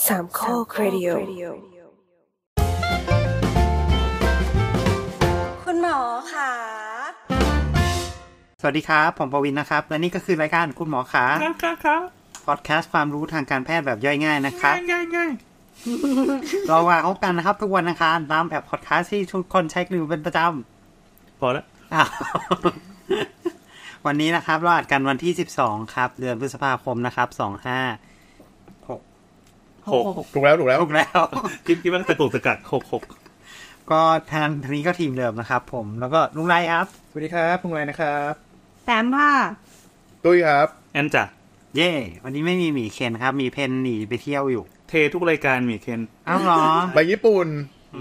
สามข้อครดิโอคุณหมอค่ะสวัสดีครับผมปวินนะครับและนี่ก็คือรายการคุณหมอขาครับพอดแคสต์ความรู้ทางการแพทย์แบบย่อยง่ายนะครับง่ายเรามาพบกันนะครับทุกวันอังคารตามแบบพอดแคสต์ที่ทุกคนใช้กันอยู่เป็นประจำพอแล้ววันนี้นะครับเราอัดกันวันที่12ครับเดือนพฤษภาคมนะครับ2566 ถูกแล้วคิดว่าจะตกตะกัด66 ก็ทางนี้ก็ทีมเดิมนะครับผมแล้วก็ลุงไรครับสวัสดีครับลุงไรนะครับแซมค่ะตุ้ยครับแอนจ้ะเย่วันนี้ไม่มีหมีเคนครับมีเพนหนีไปเที่ยวอยู่เททุกรายการหมีเคนอ้าวเหรอไปญี่ปุ่น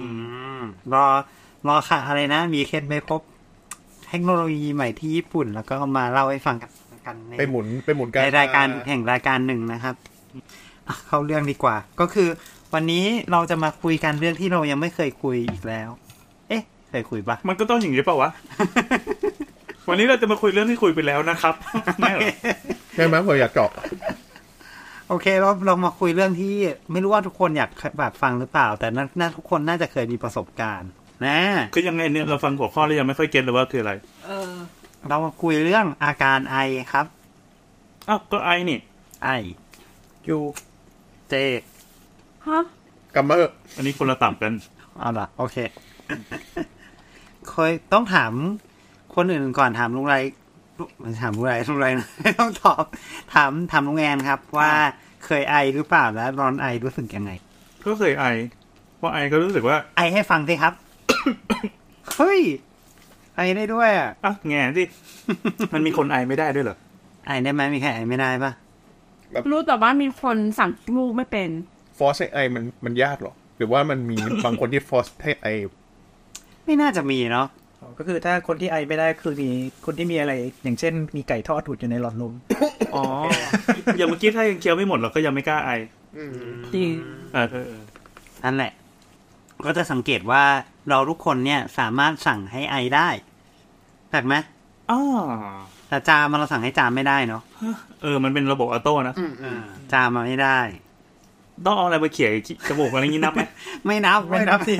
รอค่ะอะไรนะมีเคนไปพบเทคโนโลยีใหม่ที่ญี่ปุ่นแล้วก็มาเล่าให้ฟังกันไปหมุนกันในรายการแห่งรายการหนึ่งนะครับเข้าเรื่องดีกว่าก็คือวันนี้เราจะมาคุยกันเรื่องที่เรายังไม่เคยคุยอีกแล้วเคยคุยปะมันก็ต้องอย่างนี้เปล่าวะ วันนี้เราจะมาคุยเรื่องที่คุยไปแล้วนะครับไม่หรอใช่ไหมผมอยากเจาะโอเคเรามาคุยเรื่องที่ไม่รู้ว่าทุกคนอยากแบบฟังหรือเปล่าแต่น่าทุกคนน่าจะเคยมีประสบการณ์นะคือยังไงเนี่ยเราฟังหัวข้อแล้วยังไม่ค่อยเก็ตเลยว่าคืออะไรเรามาคุยเรื่องอาการไอครับอ้าวก็ไอนี่ไอยูเจฮะกัมเมอร์อันนี้คนละต่ำกันเอาล่ะโอเคเคยต้องถามคนอื่นก่อนถามลุงไรถามลุงไรต้องตอบถามลุงแอนครับว่าเคยไอหรือเปล่าแล้วร้อนไอรู้สึกยังไงก็เคยไอพอไอก็รู้สึกว่าไอให้ฟังสิครับ เฮ้ยไอได้ด้วยอ่ะแง่สิ มันมีคนไอไม่ได้ด้วยเหรอไอได้ไหมมีใครไอไม่ได้ปะรู้แต่ว่ามีคนสั่งลูกไม่เป็นฟอร์สให้ไอมันยากหรอหรือว่ามันมี บางคนที่ฟอร์สให้ไอไม่น่าจะมีเนาะก็คือถ้าคนที่ไอไม่ได้คือมีคนที่มีอะไรอย่างเช่นมีไก่ทอดถูกอยู่ในหลอดลมอ๋ออย่างเมื่อกี้ถ้ายังเคี้ยวไม่หมดเราก็ยังไม่กล้าไอจริงนั่นแหละก็จะสังเกตว่าเราทุกคนเนี่ยสามารถสั่งให้ไอได้ถูกไหมแต่จามเราสั่งให้จามไม่ได้เนาะมันเป็นระบบออโต้นะจามมาไม่ได้ต้องเอาอะไรมาเขี่ยจมูกอะไรงี้นับไหมไม่นับสิ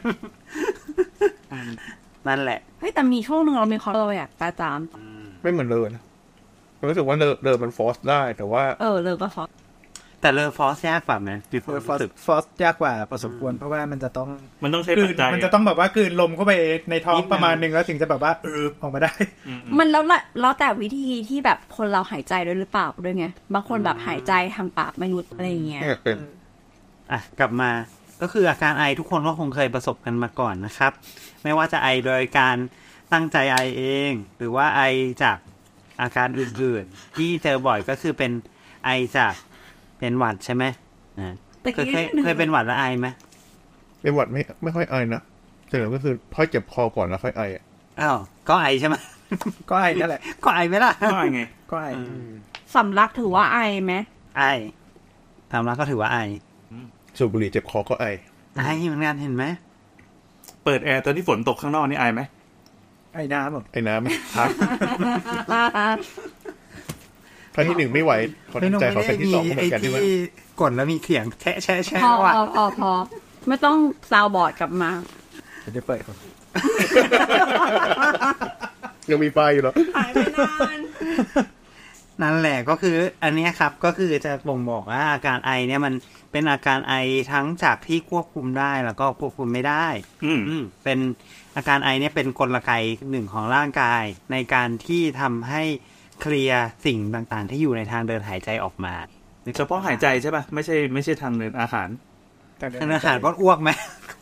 นั่นแหละเฮ้ยแต่มีช่วงนึงเรามีความเราอยากจามไม่เหมือนเลยนะรู้สึกว่าเลยมันฟอร์สได้แต่ว่าเลยก็ฟอร์สแต่เลยฟอร์สยากกว่าไหมฟอร์สยากกว่าพอสมควรเพราะว่ามันต้องใช้ปัจจัยมันจะต้องแบบว่ากลืนลมเข้าไปในท้องประมาณนึงแล้วถึงจะแบบว่าออกมาได้มันแล้วแต่วิธีที่แบบคนเราหายใจด้วยหรือเปล่าด้วยไงบางคนแบบหายใจทางปากไม่รู้อะไรอย่างเงี้ยกลับมาก็คืออาการไอทุกคนก็คงเคยประสบกันมาก่อนนะครับไม่ว่าจะไอโดยการตั้งใจไอเองหรือว่าไอจากอาการอื่นๆที่เจอบ่อยก็คือเป็นไอจากเป็นหวัดใช่ไหมเคยเป็นหวัดแล้วไอไหมเป็นหวัดไม่ค่อยไอนะแต่ก็คือพอเจ็บคอก่อนแล้วค่อยไอก็ไอใช่ไหมก็ไอนั่นแหละก็ไอไหมล่ะก็ไอไงก็ไอสำลักถือว่าไอไหมไอสำลักก็ถือว่าไอสูบบุหรี่เจ็บคอก็ไอเหมือนกันเห็นไหมเปิดแอร์ตอนที่ฝนตกข้างนอกนี่ไอไหมไอน้ำไอน้ำครับครั้งที่หนึ่งไม่ไหวขอใจเขาเป็นที่สองเหมือนกันที่ว่ากดแล้วมีเสียงแช่พอไม่ต้องซาวบอร์ดกลับมาจะเปิดก่อนยังมีไฟอยู่เหรอหายไปนานนั่นแหละก็คืออันนี้ครับก็คือจะบ่งบอกว่าอาการไอเนี่ยมันเป็นอาการไอทั้งจากที่ควบคุมได้แล้วก็ควบคุมไม่ได้เป็นอาการไอเนี่ยเป็นกลไกหนึ่งของร่างกายในการที่ทำให้เคลียร์สิ่งต่างๆที่อยู่ในทางเดินหายใจออกมาเฉพาะหายใจใช่ป่ะไม่ใช่ทางเดินอาหารทางเดินอาหารก็อ้วกไหม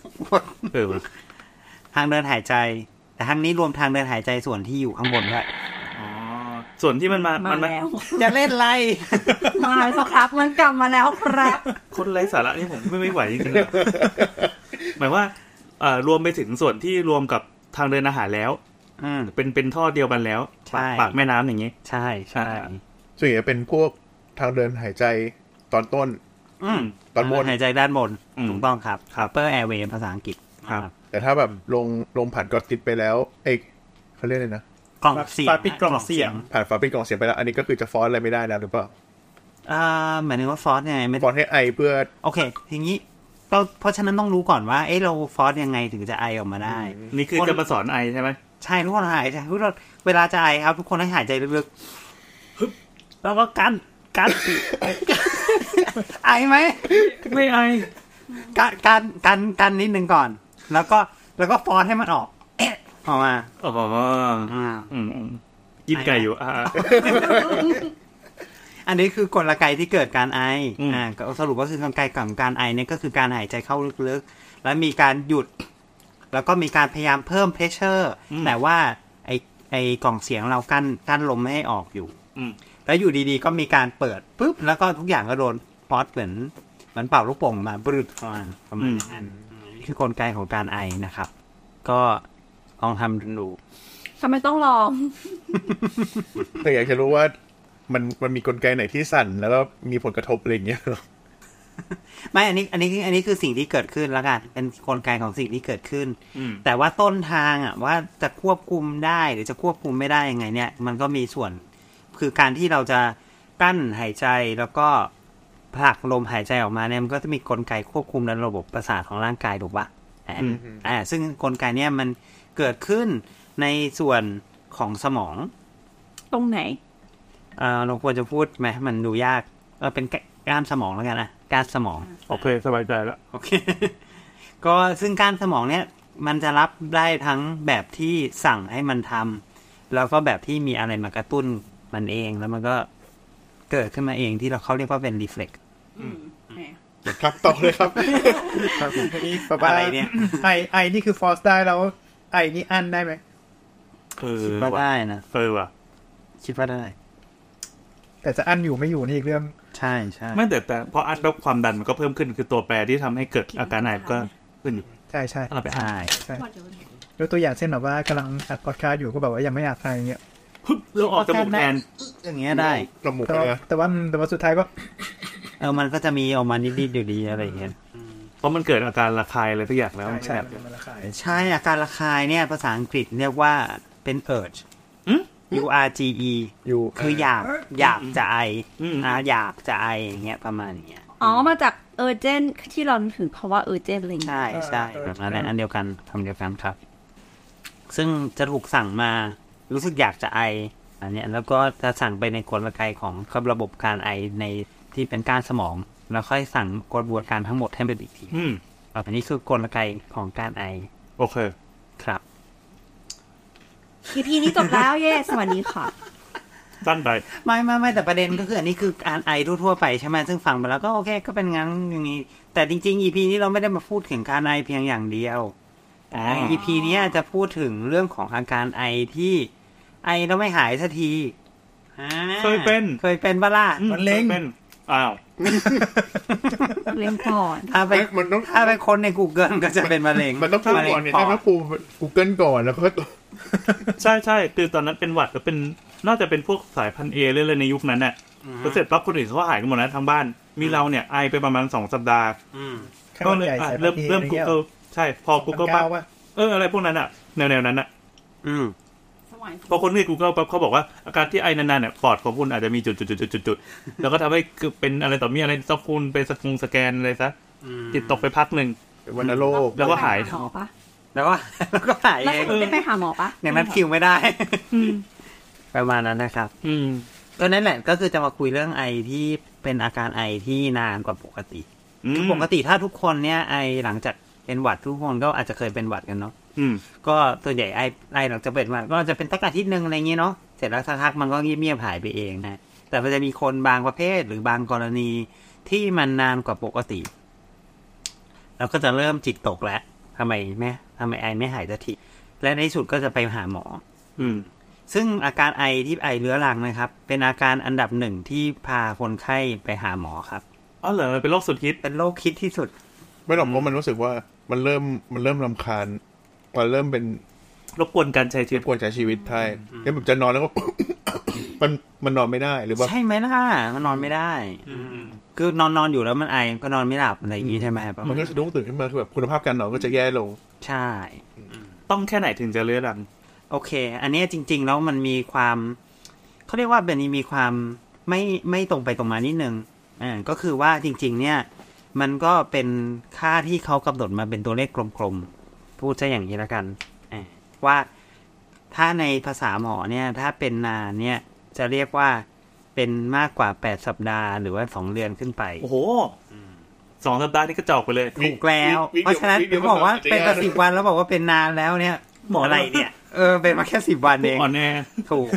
ทางเดินหายใจแต่ทางนี้รวมทางเดินหายใจส่วนที่อยู่ข้างบนด้วยส่วนที่มันแล้วอย่าเล่นไรมาสักครับมันกลับมาแล้วครับคนไร้สาระนี่ผมไม่ไหวจริงๆหมายว่ารวมไปถึงส่วนที่รวมกับทางเดินอาหารแล้วเป็นท่อเดียวกันแล้วปากแม่น้ำอย่างนี้ใช่ส่วนใหญ่เป็นพวกทางเดินหายใจตอนต้นตอนบนหายใจด้านบนถูกต้องครับ upper airway ภาษาอังกฤษครับแต่ถ้าแบบลงผ่านกรดติดไปแล้วเขาเรียกอะไรนะกล่องเสียงฝาปิดกล่องเสียงผ่านฝาปิดกล่องเสียงไปแล้วอันนี้ก็คือจะฟอสอะไรไม่ได้แล้วหรือเปล่าหมายถึงว่าฟอสยังไงไม่ฟอสให้ไอเพื่อโอเคทีนี้ก็เพราะฉะนั้นต้องรู้ก่อนว่าเราฟอสยังไงถึงจะไอออกมาได้นี่คือจะมาสอนไอใช่ไหมใช่ทุกคนหายใจทุกคนเวลาจะไอครับทุกคนให้หายใจลึกๆแล้วก็กันไอไหมไม่ไอกันนิดนึงก่อนแล้วก็ฟอสให้มันออกออกมากินไก่อยู่อันนี้คือกลไกที่เกิดการไอก็สรุปว่าคือกลไกของการไอเนี่ยก็คือการหายใจเข้าลึกๆแล้วมีการหยุดแล้วก็มีการพยายามเพิ่มเพรสเชอร์แต่ว่าไอกล่องเสียงเรากั้นลมไม่ให้ออกอยู่แล้วอยู่ดีๆก็มีการเปิดปุ๊บแล้วก็ทุกอย่างก็โดนป๊อตเหมือนเป่าลูกโป่งมาบรึดประมาณนั้นนี่คือกลไกของการไอนะครับก็ลองทำดูทำไมต้องลองแต่อยากจะรู้ว่ามันมีกลไกไหนที่สั่นแล้วก็มีผลกระทบอะไรอย่างเงี้ยหรอไม่อันนี้คือสิ่งที่เกิดขึ้นแล้วกันเป็นกลไกของสิ่งที่เกิดขึ้นแต่ว่าต้นทางว่าจะควบคุมได้หรือจะควบคุมไม่ได้ยังไงเนี่ยมันก็มีส่วนคือการที่เราจะกั้นหายใจแล้วก็ผลักลมหายใจออกมาเนี่ยมันก็จะมีกลไกควบคุมในระบบประสาทของร่างกายถูกปะซึ่งกลไกเนี่ยมันเกิดขึ้นในส่วนของสมองตรงไหนเราควรจะพูดไหมมันดูยากเป็นก้านสมองแล้วกันนะก้านสมองโอเคสบายใจแล้วโอเคก็ซึ่งก้านสมองเนี่ยมันจะรับได้ทั้งแบบที่สั่งให้มันทำแล้วก็แบบที่มีอะไรมากระตุ้นมันเองแล้วมันก็เกิดขึ้นมาเองที่เขาเรียกว่าเป็นรีเฟล็กซ์ครับต่อเลยครับอะไรเนี่ยไอนี่คือฟอร์สได้แล้วไอนี่อันได้ไหมคิดว่าได้นะว่ะคิดว่าได้แต่จะอันอยู่ไม่อยู่นี่อีกเรื่องใช่ใช่ไม่แต่พออัดแล้วความดันมันก็เพิ่มขึ้นคือตัวแปรที่ทำให้เกิดอาการไอก็ขึ้นอยู่ใช่ใช่เราไปอ่านใช่ยกตัวอย่างเช่นแบบว่ากำลังอัดพอดคาสต์อยู่ก็แบบว่ายังไม่อยากทายอย่างเงี้ยเราออกจมูกแทนอย่างเงี้ยได้จมูกแต่ว่าสุดท้ายก็มันก็จะมีออกมานิดๆอยู่ดีอะไรอย่างเงี้ยเพราะมันเกิดอาการระคายอะไรทุกอย่างแล้วใช่ใช่อาการระคายเนี่ยภาษาอังกฤษเรียกว่าเป็น urge urge คืออยากจะไออยากจะไออย่างเงี้ยประมาณอย่างเงี้ยมาจากurgent ที่เราถึงเพราะว่า urgent อะไรอย่างเงี้ยใช่แบบนั้นอันเดียวกันคำเดียวกันครับซึ่งจะถูกสั่งมารู้สึกอยากจะไออันเนี้ยแล้วก็จะสั่งไปในกลไกของระบบการไอในที่เป็นก้านสมองแล้วค่อยสั่งกระบวนการทั้งหมดให้เป็นอีกทีอันนี้คือกลไกของการไอโอเคครับ EP นี้จบแล้วเย้สวัสดีค่ะสั้นไปไม่แต่ประเด็นก็คืออันนี้คือการไอทั่วๆไปใช่ไหมซึ่งฟังไปแล้วก็โอเคก็เป็นงั้นอย่างนี้แต่จริงๆ EP นี้เราไม่ได้มาพูดถึงการไอเพียงอย่างเดียวEP นี้จะพูดถึงเรื่องของอาการไอที่ไอแล้วไม่หายสักทีเคยเป็นบ้าล่ะมันเล้งอ้าวเล้งก่อนถ้าไปคนใน Google ก็จะเป็นมะเร็งมันต้องพูดก่อนเนี่ยถ้าปู Google ก่อนแล้วก็ใช่คือตอนนั้นเป็นหวัดก็เป็นน่าจะเป็นพวกสายพันธุ์ A เรื่อยๆในยุคนั้นน่ะพอเสร็จปั๊บคนอื่นเขาหายกันหมดแล้วทั้งบ้านมีเราเนี่ยไอไปประมาณ2สัปดาห์ก็เลยเริ่ม Google ใช่พอ Google ปั๊บอะไรพวกนั้นน่ะแนวนั้นน่ะพอคนที่ Google ปั๊บเขาบอกว่าอาการที่ไอนานๆเนี่ยปอดของคุณอาจจะมีจุดๆๆแล้วก็ทำให้เป็นอะไรต่อมีอะไรต้องคุณไปสแกนอะไรซะจิตตกไปพักนึงวัณโรคแล้วก็หายแล้วก็หายเองได้ไปหาหมอปะอย่างนั้นคิวไม่ได้ประมาณนั้นนะครับก็นั่นแหละก็คือจะมาคุยเรื่องไอที่เป็นอาการไอที่นานกว่าปกติปกติถ้าทุกคนเนี่ยไอหลังจากเป็นหวัดทุกคนก็อาจจะเคยเป็นหวัดกันเนาะก็ส่วนใหญ่ไอหลังจากเป็นหวัดก็จะเป็นสักอาทิตย์นึงอะไรอย่างเงี้ยเนาะเสร็จแล้วสักพักมันก็เงียบๆหายไปเองนะแต่มันจะมีคนบางประเภทหรือบางกรณีที่มันนานกว่าปกติแล้วก็จะเริ่มจิตตกแล้วทำไมไอไม่หายสักทีและในที่สุดก็จะไปหาหมอซึ่งอาการไอที่ไอเรื้อรังนะครับเป็นอาการอันดับหนึ่งที่พาคนไข้ไปหาหมอครับอ๋อเหรอเป็นโรคสุดฮิตเป็นโรคฮิตที่สุดไม่หรอกเพราะมันรู้สึกว่ามันเริ่มรำคาญมันเริ่มเป็นรบกวนการใช้ชีวิตใช่แล้วแบบจะนอนแล้วก็ มันนอนไม่ได้หรือว่าใช่ไหมล่ะมันนอนไม่ได้คือนอนอยู่แล้วมันไอก็นอนไม่หลับอะไรอย่างนี้ใช่ไหมครับมันก็สะดุ้งตื่นขึ้นมาคือแบบคุณภาพการนอนก็จะแย่ลงใช่ต้องแค่ไหนถึงจะเรื้อรังโอเคอันนี้จริงๆแล้วมันมีความเขาเรียกว่าเป็นมีความไม่ตรงไปตรงมานิดนึงก็คือว่าจริงๆเนี่ยมันก็เป็นค่าที่เขากำหนดมาเป็นตัวเลขกลมๆพูดซะอย่างนี้แล้วกันว่าถ้าในภาษาหมอเนี่ยถ้าเป็นนานเนี่ยจะเรียกว่าเป็นมากกว่า8สัปดาห์หรือว่า2เดือนขึ้นไปโอ้โห2สัปดาห์นี่ก็จอกไปเลยถูกแล้วเพราะฉะนั้นถึงบอกว่าเป็นแต่10 วันแล้วบอกว่าเป็นนานแล้วเนี่ยหมออะไรเนี่ยเป็นมาแค่10 วันเองหมอแน่ถูก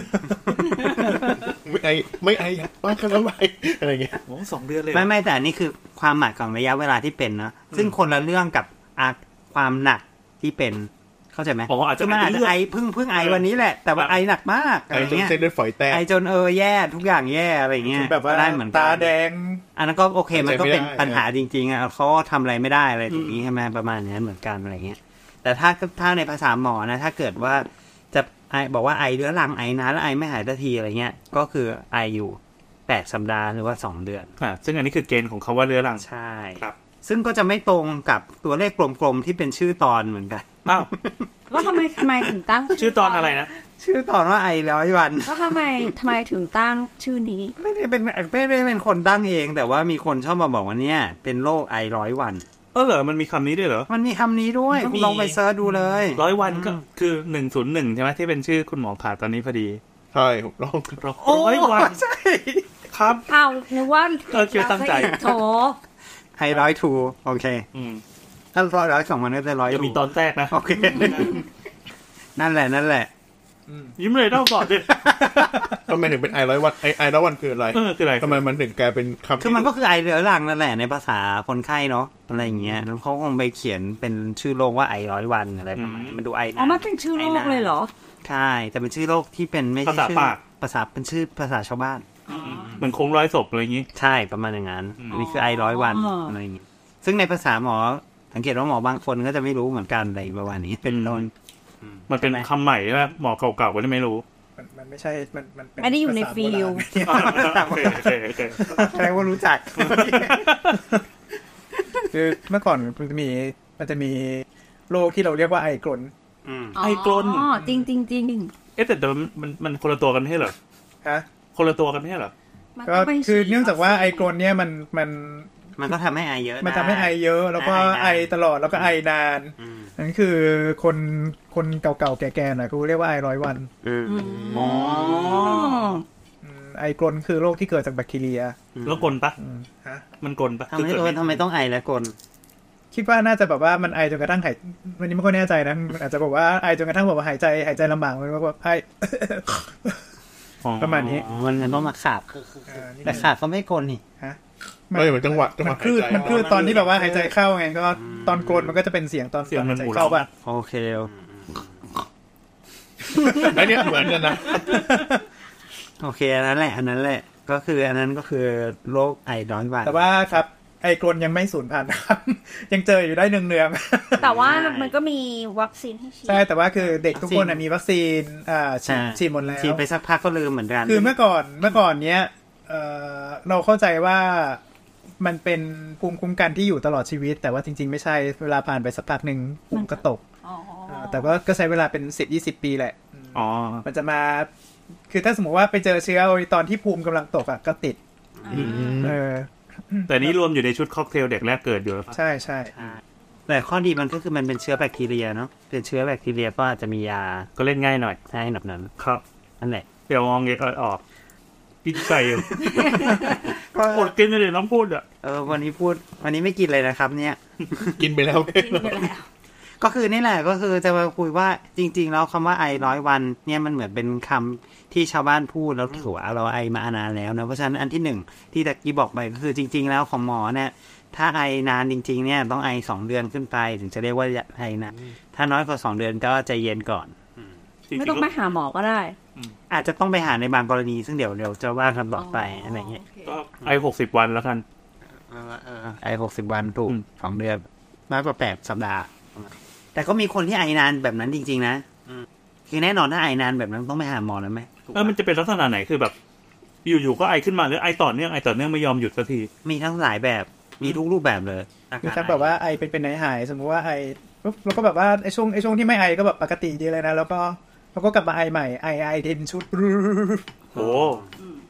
ไม่ไอว่ากันทำไมอะไรเงี้ยโอ้2 เดือนเลยไม่แต่นี่คือความหมายของระยะเวลาที่เป็นนะซึ่งคนละเรื่องกับความหนักที่เป็นเข้าใจไหมอาจจะไอเพิ่งไอวันนี้แหละแต่ว่าไอหนักมากอะไรเงี้ยเส้นเลือดฝอยแตกไอจนแย่ทุกอย่างแย่อะไรเงี้ยแบบว่าได้เหมือนตาแดงอันนั้นก็โอเคมันก็เป็นปัญหาจริงๆเขาทำอะไรไม่ได้อะไรอย่างนี้ใช่ไหมประมาณนี้เหมือนกันอะไรเงี้ยแต่ถ้าในภาษาหมอนะถ้าเกิดว่าจะไอบอกว่าไอเรื้อรังไอนานแล้วไอไม่หายทันทีอะไรเงี้ยก็คือไออยู่8 สัปดาห์หรือว่า2 เดือนซึ่งอันนี้คือเกณฑ์ของเขาว่าเรื้อรังใช่ครับซึ่งก็จะไม่ตรงกับตัวเลขกลมๆที่เป็นชื่อตอนเหมือนกันอ้าวว่าทำไมถึงตั้งชื่อตอนอะไรนะชื่อตอนว่าไอ100 วันก็ทำไมถึงตั้งชื่อนี้ไม่ได้เป็นคนตั้งเองแต่ว่ามีคนชอบมาบอกว่าเนี่ยเป็นโรคไอ100 วันเหรอมันมีคำนี้ด้วยเหรอมันมีคำนี้ด้วยคุณลองไปเซิร์ชดูเลย 100 วันก็คือ101ใช่ไหมที่เป็นชื่อคุณหมอผ่าตอนนี้พอดีใช่ลอง 100 วันใช่ครับอ้าวนึกว่าเกี่ยวตั้งใจโถไฮ102โอเคถ้า102มันก็จะ100 จะมีตอนแทรกนะโอเคนั่นแหละยิ้มเลยเล่าก่อนดิทำไมถึงเป็นไอ100 วันไอ100 วันคืออะไรทำไมมันถึงกลายเป็นคำคือมันก็คือไอเรื้อรังนั่นแหละในภาษาคนไข้เนาะอะไรอย่างเงี้ยแล้วเขาคงไปเขียนเป็นชื่อโรคว่าไอ100 วันอะไรประมาณนี้มันดูไอมันเป็นชื่อโรคเลยเหรอใช่แต่เป็นชื่อโรคที่เป็นไม่ใช่ชื่อภาษาเป็นชื่อภาษาชาวบ้านเหมือนโค้ง100 ศพอะไรอย่างงี้ใช่ประมาณอย่างนั้นนี่คือไอ100 วันอะไรอย่างงี้ซึ่งในภาษาหมอสังเกตว่าหมอบางคนก็จะไม่รู้เหมือนกันอะไรประมาณนี้เป็นโดนมันเป็นคำใหม่ใช่ไหมหมอเก่าๆก็ไม่รู้มันไม่ใช่มันไม่ได้อยู่ในฟิลแสดงว่ารู้จักคือเมื่อก่อนมันจะมีโรคที่เราเรียกว่าไอกรนไอกรนจริงแต่มันคนละตัวกันให้เหรอฮะคนละตัวกันให้เหรอก็คือเนื่องจากว่าไอกรนเนี่ยมันก็ทำให้ไอเยอะมันทำให้ไอเยอะแล้วก็ไอตลอดแล้วก็ไอนานนั่นคือคนเก่าๆแก่ๆหน่อยเขาเรียกว่าไอ100 วันไอกรนคือโรคที่เกิดจากแบคทีเรียแล้วกลนปะมันกลนปะทำไมต้องไอและกลนคิดว่าน่าจะแบบว่ามันไอจนกระทั่งหายวันนี้ไม่ค่อยแน่ใจนะอาจจะบอกว่าไอจนกระทั่งแบบว่าหายใจลำบากมันก็แบบไอประมาณนี้มันต้องมาขาบแต่ขาบก็ไม่กลนนี่ฮะมันจังหวะมันคือตอนที่แบบว่าหายใจเข้าไงก็ตอนกรนมันก็จะเป็นเสียงตอนหายใจเข้าป่ะโอเคอันนี้เหมือนกันนะโอเคอันนั้นแหละก็คืออันนั้นก็คือโรคไอ100 วันแต่ว่าครับไอกรนยังไม่สูญพันธุ์นะครับยังเจออยู่ได้เนืองๆแต่ว่ามันก็มีวัคซีนให้ฉีดใช่แต่ว่าคือเด็กทุกคนมีวัคซีนฉีดหมดแล้วฉีดไปสักพักก็ลืมเหมือนกันคือเมื่อก่อนเนี้ยเราเข้าใจว่ามันเป็นภูมิคุ้มกันที่อยู่ตลอดชีวิตแต่ว่าจริงๆไม่ใช่เวลาผ่านไปสักพักนึงมันก็ตกแต่ว่าก็ใช้เวลาเป็น 10-20 ปีแหละมันจะมาคือถ้าสมมติว่าไปเจอเชื้อตอนที่ภูมิกำลังตกก็ติดแต่นี้รวมอยู่ในชุดค็อกเทลเด็กแรกเกิดอยู่แล้วใช่ใช่แต่ข้อดีมันก็คือมันเป็นเชื้อแบคทีเรียเนาะเป็นเชื้อแบคทีเรียก็อาจจะมียาก็เล่นง่ายหน่อยใช่แบบนั้นครับนั่นแหละเดี๋ยวมองเงี้ยออกกินใส่ก็อดกินเลยน้องพูดอ่ะวันนี้ไม่กินเลยนะครับเนี่ยกินไปแล้วก็คือนี่แหละก็คือจะมาคุยว่าจริงๆแล้วคำว่าไอ100 วันเนี่ยมันเหมือนเป็นคำที่ชาวบ้านพูดแล้วถือว่าเราไอมานานแล้วนะเพราะฉะนั้นอันที่1ที่ตะกี้บอกไปก็คือจริงๆแล้วของหมอเนี่ยถ้าไอนานจริงๆเนี่ยต้องไอ2 เดือนขึ้นไปถึงจะเรียกว่าไอนะถ้าน้อยกว่า2 เดือนก็ใจเย็นก่อนไม่ต้องไปหาหมอก็ได้อาจจะต้องไปหาในบางกรณีซึ่งเดี๋ยวจะว่ากันต่อไปอะไรเงี้ยก็ไอ60 วันแล้วกันไอ60 วันถูก2 เดือนมากกว่า8 สัปดาห์แต่ก็มีคนที่ไอนานแบบนั้นจริงๆนะคือแน่นอนถ้าไอนานแบบนั้นต้องไปหาหมอแล้วไหมมันจะเป็นลักษณะไหนคือแบบอยู่ๆก็ไอขึ้นมาหรือไอต่อเนื่องไม่ยอมหยุดสักทีมีทั้งหลายแบบมีทุกรูปแบบเลยคือถ้าแบบว่าไอเป็นหายสมมติว่าไอปุ๊บแล้วก็แบบว่าไอช่วงที่ไม่ไอก็แบบปกติดีเลยนะแล้วก็กลับมาไอใหม่ไอเทนชุดโอ้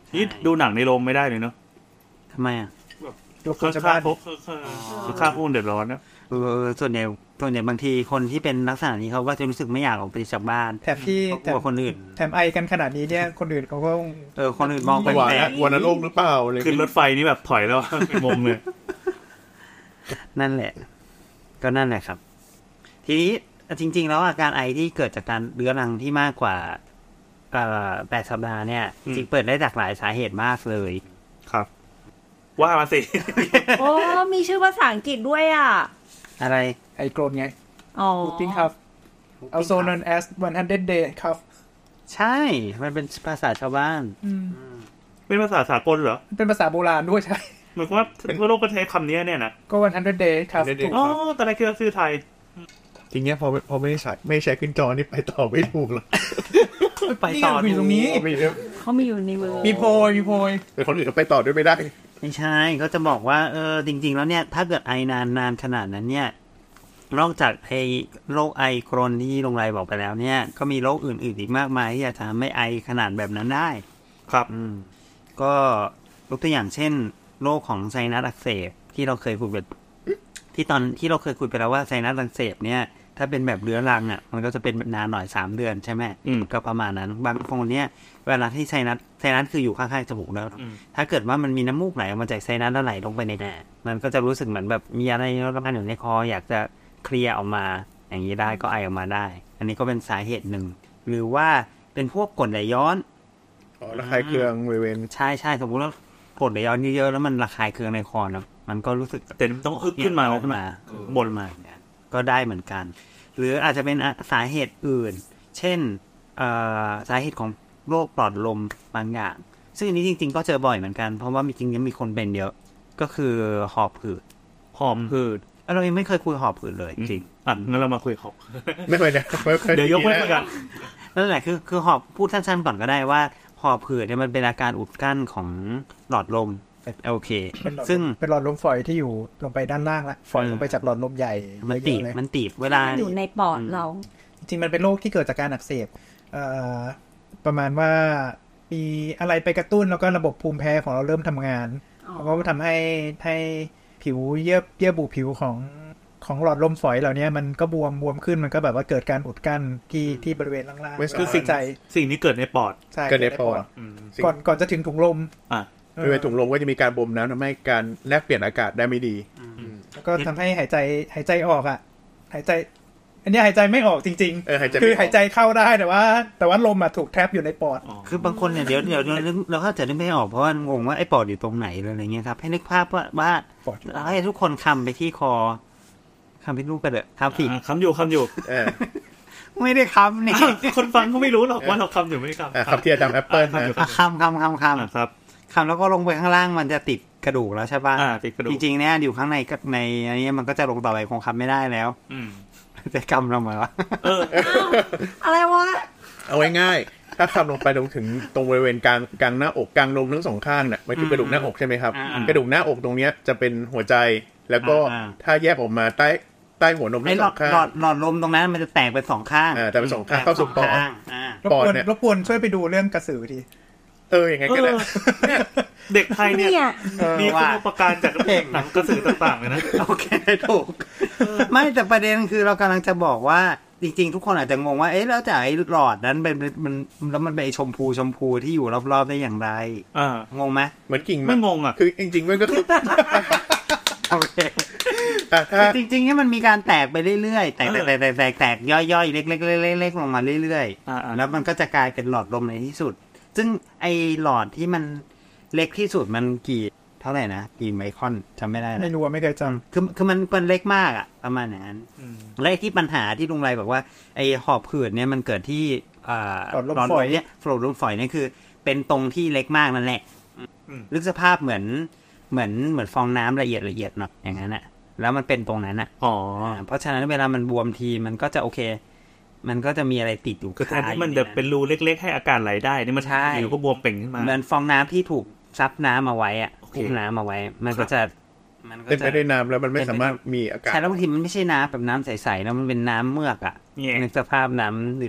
นี่ดูหนังในโรงไม่ได้เลยเนาะทำไมอ่ะค่าค่าค่าผู้เดือดร้อนนะส่วนใหญ่บางทีคนที่เป็นลักษณะนี้เขาก็จะรู้สึกไม่อยากออกไปจากบ้านแถมที่กลัวคนอื่นแถมไอกันขนาดนี้เนี่ยคนอื่นเขาก็คนอื่นมองไปแปลกวันนั้นโอกหรือเปล่าขึ้นรถไฟนี่แบบถอยแล้วงงเลยนั่นแหละก็นั่นแหละครับทีนี้จริงๆแล้วอาการไอที่เกิดจากการเรื้อรังที่มากกว่า8 สัปดาห์เนี่ยจริงเปิดได้จากหลายสาเหตุมากเลยครับว่ามาสิโอ้มีชื่อภาษาอังกฤษด้วยอ่ะอะไรไอโกรนไงอ๋อ whooping cough also known as 100 day cough ใช่มันเป็นภาษาชาวบ้านเป็นภาษาสากลเหรอเป็นภาษาโบราณด้วยใช่เหมือนว่าโลกประเทศคำนี้เนี่ยนะก็100 day cough อ๋อแต่อะไรคือชื่อไทยจริงเนี้ยพอไม่ใช้ขึ้นจอนี่ไปต่อไม่ถูกหรอกไปต่ออยู่ตรงนี้เขามีอยู่ในมือมีโพยแต่คนอื่นก็ไปต่อด้วยไม่ได้ไม่ใช่ก็จะบอกว่าจริงๆแล้วเนี่ยถ้าเกิดไอนานขนาดนั้นเนี่ยนอกจากไอโรคไอกรนที่ลงไรบอกไปแล้วเนี่ยก็มีโรคอื่นๆอีกมากมายที่จะทำให้ไอขนาดแบบนั้นได้ครับก็ยกตัวอย่างเช่นโรคของไซนัสอักเสบที่เราเคยคุยไปที่เราเคยคุยไปแล้วว่าไซนัสอักเสบเนี่ยถ้าเป็นแบบเรื้อรังอ่ะมันก็จะเป็นนานหน่อย3 เดือนใช่ไหมก็ประมาณนั้นบางคนเนี่ยเวลาที่ไซนัสคืออยู่ข้างๆจมูกแล้วถ้าเกิดว่ามันมีน้ำมูกไหลออกมาจากไซนัสแล้วไหลลงไปในแหนมันก็จะรู้สึกเหมือนแบบมีอะไรรบกวนอยู่ในคออยากจะเคลียร์ออกมาอย่างนี้ได้ก็ไอออกมาได้อันนี้ก็เป็นสาเหตุหนึ่งหรือว่าเป็นพวกกรดไหลย้อนระคายเคืองบริเวณใช่สมมติว่ากรดไหลย้อนเยอะๆแล้วมันระคายเคืองในคอนะมันก็รู้สึกแต่ต้องอึกขึ้นมาบนมาก็ได้เหมือนกันหรืออาจจะเป็นสาเหตุอื่นเช่นสาเหตุของโรคปลอดลมบางอย่างซึ่งอันนี้จริงๆก็เจอบ่อยเหมือนกันเพราะว่าจริงๆมีคนเป็นเยอะก็คือหอบหืดเรายังไม่เคยคุยหอบหืดเลยจริงงั้นเรามาคุยหอบไม่เคยนะเดี๋ยวยกไว้กันนั่นแหละคือหอบพูดสั้นๆก่อนก็ได้ว่าหอบหืดเนี่ยมันเป็นอาการอุดกั้นของหลอดลมโอเคซึ่งเป็นหลอดลมฝอยที่อยู่ลงไปด้านล่างละฝอยลงไปจากหลอดลมใหญ่มันตีบเวลาอยู่ในปอดเราจริงๆมันเป็นโรคที่เกิดจากการอักเสบประมาณว่ามีอะไรไปกระตุ้นแล้วก็ระบบภูมิแพ้ของเราเริ่มทำงานแล้วก็ทำให้ผิวเยื่อบุผิวของหลอดลมฝอยเหล่านี้มันก็บวมขึ้นมันก็แบบว่าเกิดการอุดกั้นที่บริเวณล่างๆคือสิ่งนี้เกิดในปอดเกิดในปอดก่อนจะถึงถุงลมบริเวณถุงลมก็จะมีการบ่มน้ำทำให้การแลกเปลี่ยนอากาศได้ไม่ดีแล้วก็ทำให้หายใจออกหายใจอันนี้หายใจไม่ออกจริงๆคือหายใจเข้าได้แต่ว่าลมถูกแทรปอยู่ในปอดคือบางคนเนี่ยเดี๋ยวเราเข้าใจนึกไม่ออกเพราะว่างงว่าไอ้ปอดอยู่ตรงไหนอะไรเงี้ยครับให้นึกภาพว่าให้ทุกคนคำไปที่คอคำไปลูกกระเดะครับพี่คำอยู่ไม่ได้คำเนี่ยคนฟังเขาไม่รู้หรอกว่าเราคำอยู่ไม่คำคำที่อาจารย์แอปเปิลคำครับคำแล้วก็ลงไปข้างล่างมันจะติดกระดูกแล้วใช่ป่ะติดกระดูกจริงๆเนี่ยอยู่ข้างในอันนี้มันก็จะลงต่อไปคงคำไม่ได้แล้วจะกำเราไหมวะอะไรวะเอาง่ายๆถ้าคำลงไปถึงตรงบริเวณกลางหน้าอกกลางนมทั้งสองข้างเนี่ยมันคือกระดูกหน้าอกใช่ไหมครับกระดูกหน้าอกตรงเนี้ยจะเป็นหัวใจแล้วก็ถ้าแยกออกมาใต้หัวนมทั้งสองข้างหลอดลมตรงนั้นมันจะแตกเป็น2ข้างแต่เป็น2ข้างเข้าสู่ปอดเนี่ยรบกวนช่วยไปดูเรื่องกระสือทีอย่างงั้นก็ได้เด็กไทยเนี่ยมีคุณอุปการจากหนังกระสือต่างๆเลยนะโอเคถูกไม่แต่ประเด็นคือเรากำลังจะบอกว่าจริงๆทุกคนอาจจะงงว่าแล้วแต่ไอ้หลอดนั้นเป็นมันแล้วมันเป็นชมพูที่อยู่รอบๆได้อย่างไรงงไหมเหมือนกิ่งไม่งงอ่ะคือจริงๆมันก็คือโอเคจริงๆเนี่ยมันมีการแตกไปเรื่อยๆแตกย่อยๆเล็กๆลงมาเรื่อยๆแล้วมันก็จะกลายเป็นหลอดลมในที่สุดซึ่งไอ้หลอดที่มันเล็กที่สุดมันเท่าไหร่นะกี่ไมครอนจำไม่ได้ไม่รู้ไม่เคยจำคือมันเล็กมากประมาณนั้นและที่ปัญหาที่ลุงไรบอกว่าไอ้หอบหืดเนี่ยมันเกิดที่หลอดลมฝอยเนี่ยหลอดลมฝอยเนี่ยคือเป็นตรงที่เล็กมากนั่นแหละนึกสภาพเหมือนฟองน้ำละเอียดเนาะอย่างนั้นแล้วมันเป็นตรงนั้นเพราะฉะนั้นเวลามันบวมทีมันก็จะโอเคมันก็จะมีอะไรติดอยู่คือแทนที่มันจะเป็นรูเล็กๆให้อากาศไหลได้นี่มันอยู่ก็บวมเป่งขึ้นมาเหมือนฟองน้ำที่ถูกซับน้ำเอาไว้คุมน้ำเอาไว้มันก็จะเป็นไปด้วยน้ำแล้วมันไม่สามารถมีอากาศใช่แล้วบางทีมันไม่ใช่น้ำแบบน้ำใสๆแล้วมันเป็นน้ำเมือกในสภาพน้ำดื่ม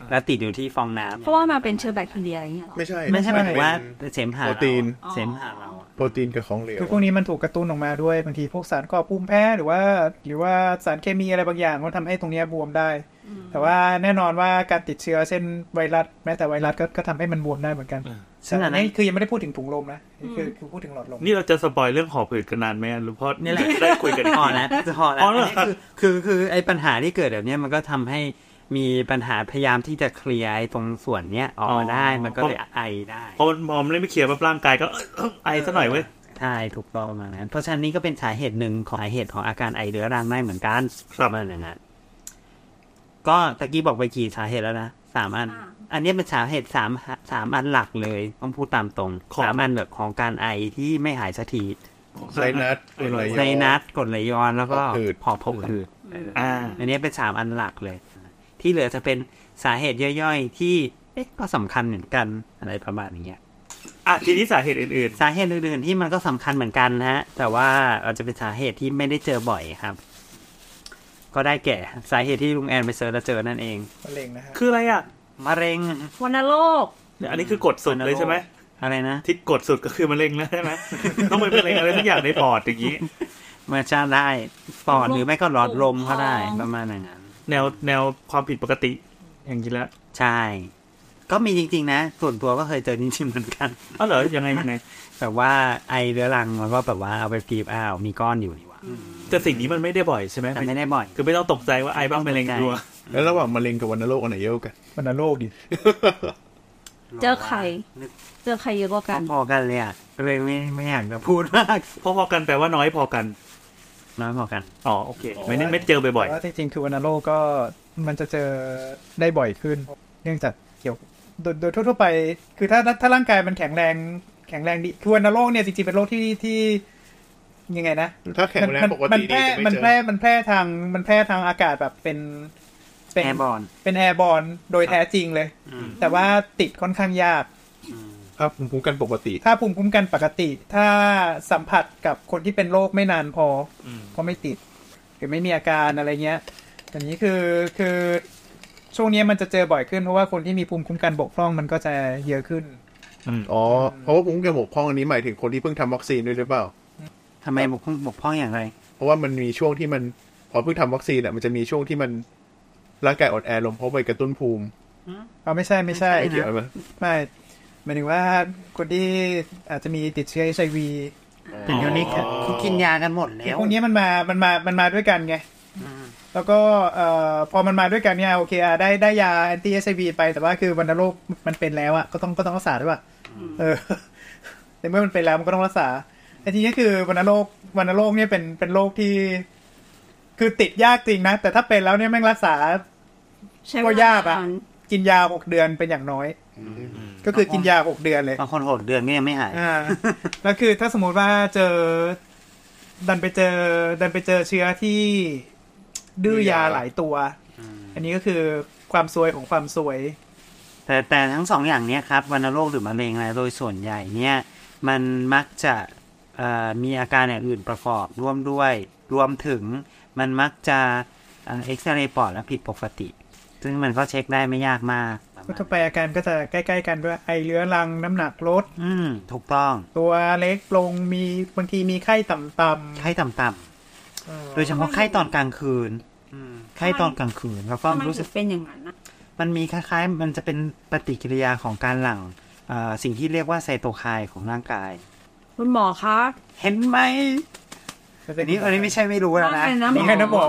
แล้วติดอยู่ที่ฟองน้ำเพราะว่ามาเป็นเชื้อแบคทีเรียอย่างเงี้ยไม่ใช่หมายถึงว่าเสมหะโปรตีนเสมหะเราโปรตีนกับของเหลวคือพวกนี้มันถูกกระตุ้นออกมาด้วยบางทีพวกสารก่อภูมิแพ้หรือว่าสารเคมีอะไรบางอย่างมันทำให้ตรงนี้บวมได้แต่ว่าแน่นอนว่าการติดเชื้อเช่นไวรัสแม้แต่ไวรัสก็ทำให้มันบวมได้เหมือนกันซึ่งอันนี้คือยังไม่ได้พูดถึงถุงลมนะคือพูดถึงหลอดลมนี่เราจะสปอยเรื่องหอบหืดกันนานไหมหรือเพราะนี่แหละได้คุยกันพอแล้วคือไอ้ปัญหาที่เกิดแบบนี้มันก็ทำให้มีปัญหาพยายามที่จะเคลียร์ตรงส่วนเนี้ยออกมาได้มันก็เลยไอได้เพราะมันไม่เคลียร์แบบร่างกายก็ไอซะหน่อยเว้ยใช่ถูกต้องประมาณนั้นเพราะฉะนั้นนี่ก็เป็นสาเหตุหนึ่งของสาเหตุของอาการไอเรื้อรังได้เหมือนกันครับนั่นแหละก็ตะกี้บอกไปกี่สาเหตุแล้วนะ3 อันอันนี้เป็นสาเหตุ3 อันหลักเลยต้องพูดตามตรง3 อันแบบของการไอที่ไม่หายสักทีไซนัสกรดไหลย้อนแล้วก็หอบหืดอันนี้เป็น3 อันหลักเลยที่เหลือจะเป็นสาเหตุย่อยๆที่ก็สำคัญเหมือนกันอะไรประมาณนี้ทีนี้สาเหตุอื่นๆที่มันก็สำคัญเหมือนกันนะฮะแต่ว่าอาจจะเป็นสาเหตุที่ไม่ได้เจอบ่อยครับก็ได้แก่สาเหตุที่ลุงแอนไปเซิร์ชแล้วเจอนั่นเองมะเร็งนะฮะคืออะไรมะเร็งวัณโรคอันนี้คือกดสุดเลยใช่ไหมอะไรนะที่กดสุดก็คือมะเร็งแล้วใช่ไหมต้องเป็นมะเร็งอะไรทุกอย่างในปอดอย่างนี้มันจะได้ปอดหรือไม่ก็หลอดลมก็ได้ประมาณนั้นแนวความผิดปกติอย่างนี้แล้วใช่ก็มีจริงๆนะส่วนตัวก็เคยเจอจริงๆเหมือนกันเหรอยังไงแบบว่าไอเรื้อรังแล้วก็แบบว่าเอาไปฟีบมีก้อนอยู่นี่วะแต่สิ่งนี้มันไม่ได้บ่อยใช่ไหมไม่ได้บ่อยคือไม่ต้องตกใจว่าไอบ้างมะเร็งตัวแล้วระหว่างมะเร็งกับวัณโรคอันไหนเยอะกันวัณโรคดิเจอใครเยอะกว่ากันพอกันเลยเลยไม่อยากจะพูดมากพอกันแปลว่าน้อยพอกันโอเคไม่เจอบ่อยๆว่าจริงๆคือวัณโรคก็มันจะเจอได้บ่อยขึ้นเนื่องจากเกี่ยวโดยทั่วไปคือถ้าร่างกายมันแข็งแรงดีคือวัณโรคเนี่ยจริงๆเป็นโรคที่ยังไงนะถ้าแข็งแรงปกติดีมันแพร่ทางอากาศแบบเป็นแอร์บอร์นโดยแท้จริงเลยแต่ว่าติดค่อนข้างยากถ้าภูมิคุ้มกันปกติถ้าสัมผัสกับคนที่เป็นโรคไม่นานพอก็ไม่ติดหรือไม่มีอาการอะไรเงี้ยอย่างนี้คือช่วงนี้มันจะเจอบ่อยขึ้นเพราะว่าคนที่มีภูมิคุ้มกันบกพร่องมันก็จะเยอะขึ้นเพราะว่าภูมิคุ้มกันบกพร่องอันนี้หมายถึงคนที่เพิ่งทำวัคซีนด้วยหรือเปล่าทำไมบกพร่องอย่างไรเพราะว่ามันมีช่วงที่มันพอเพิ่งทำวัคซีนมันจะมีช่วงที่มันร่างกายอ่อนแอลงเพราะไปกระตุ้นภูมิไม่ใช่เกี่ยวมั้ยไม่หมายถึงว่าคนที่อาจจะมีติดเชื้อ HIV ถึงตอนนี้เขากินยากันหมดแล้วพวกนี้มันมาด้วยกันไงแล้วก็พอมันมาด้วยกันเนี่ยโอเคได้ยาแอนตี้ HIV ไปแต่ว่าคือวัณโรคมันเป็นแล้วก็ต้องรักษาด้วยป่ะแต่เมื่อมันเป็นแล้วมันก็ต้องรักษาแต่ทีนี้คือวัณโรคเนี่ยเป็นโรคที่คือติดยากจริงนะแต่ถ้าเป็นแล้วเนี่ยแม่งรักษาก็ยากกินยา6 เดือนเป็นอย่างน้อยก็คือกินยา6 เดือนเลยบางคน6 เดือนก็ยังไม่หายแล้วคือถ้าสมมติว่าดันไปเจอเชื้อที่ดื้อยาหลายตัวอันนี้ก็คือความซวยของความซวยแต่ทั้ง2 อย่างนี้ครับวัณโรคหรือมะเร็งอะไรโดยส่วนใหญ่เนี่ยมันมักจะมีอาการอย่างอื่นประกอบร่วมด้วยรวมถึงมันมักจะเอ็กซเรย์ปอดแล้วผิดปกติซึ่งมันก็เช็คได้ไม่ยากมากทั่วไปอาการก็จะใกล้ๆกันด้วยไอเรื้อรังน้ำหนักลดถูกต้องตัวเล็กลงมีบางทีมีไข้ต่ำๆโดยเฉพาะไข้ตอนกลางคืนไข้ตอนกลางคืนแล้วก็รู้สึกเป็นอย่างนั้นนะมันมีคล้ายๆมันจะเป็นปฏิกิริยาของการหลั่งสิ่งที่เรียกว่าไซโตไคน์ของร่างกายคุณหมอคะเห็นไหมอันนี้ไม่ใช่ไม่รู้แล้วนะนี่ไงนะหมอ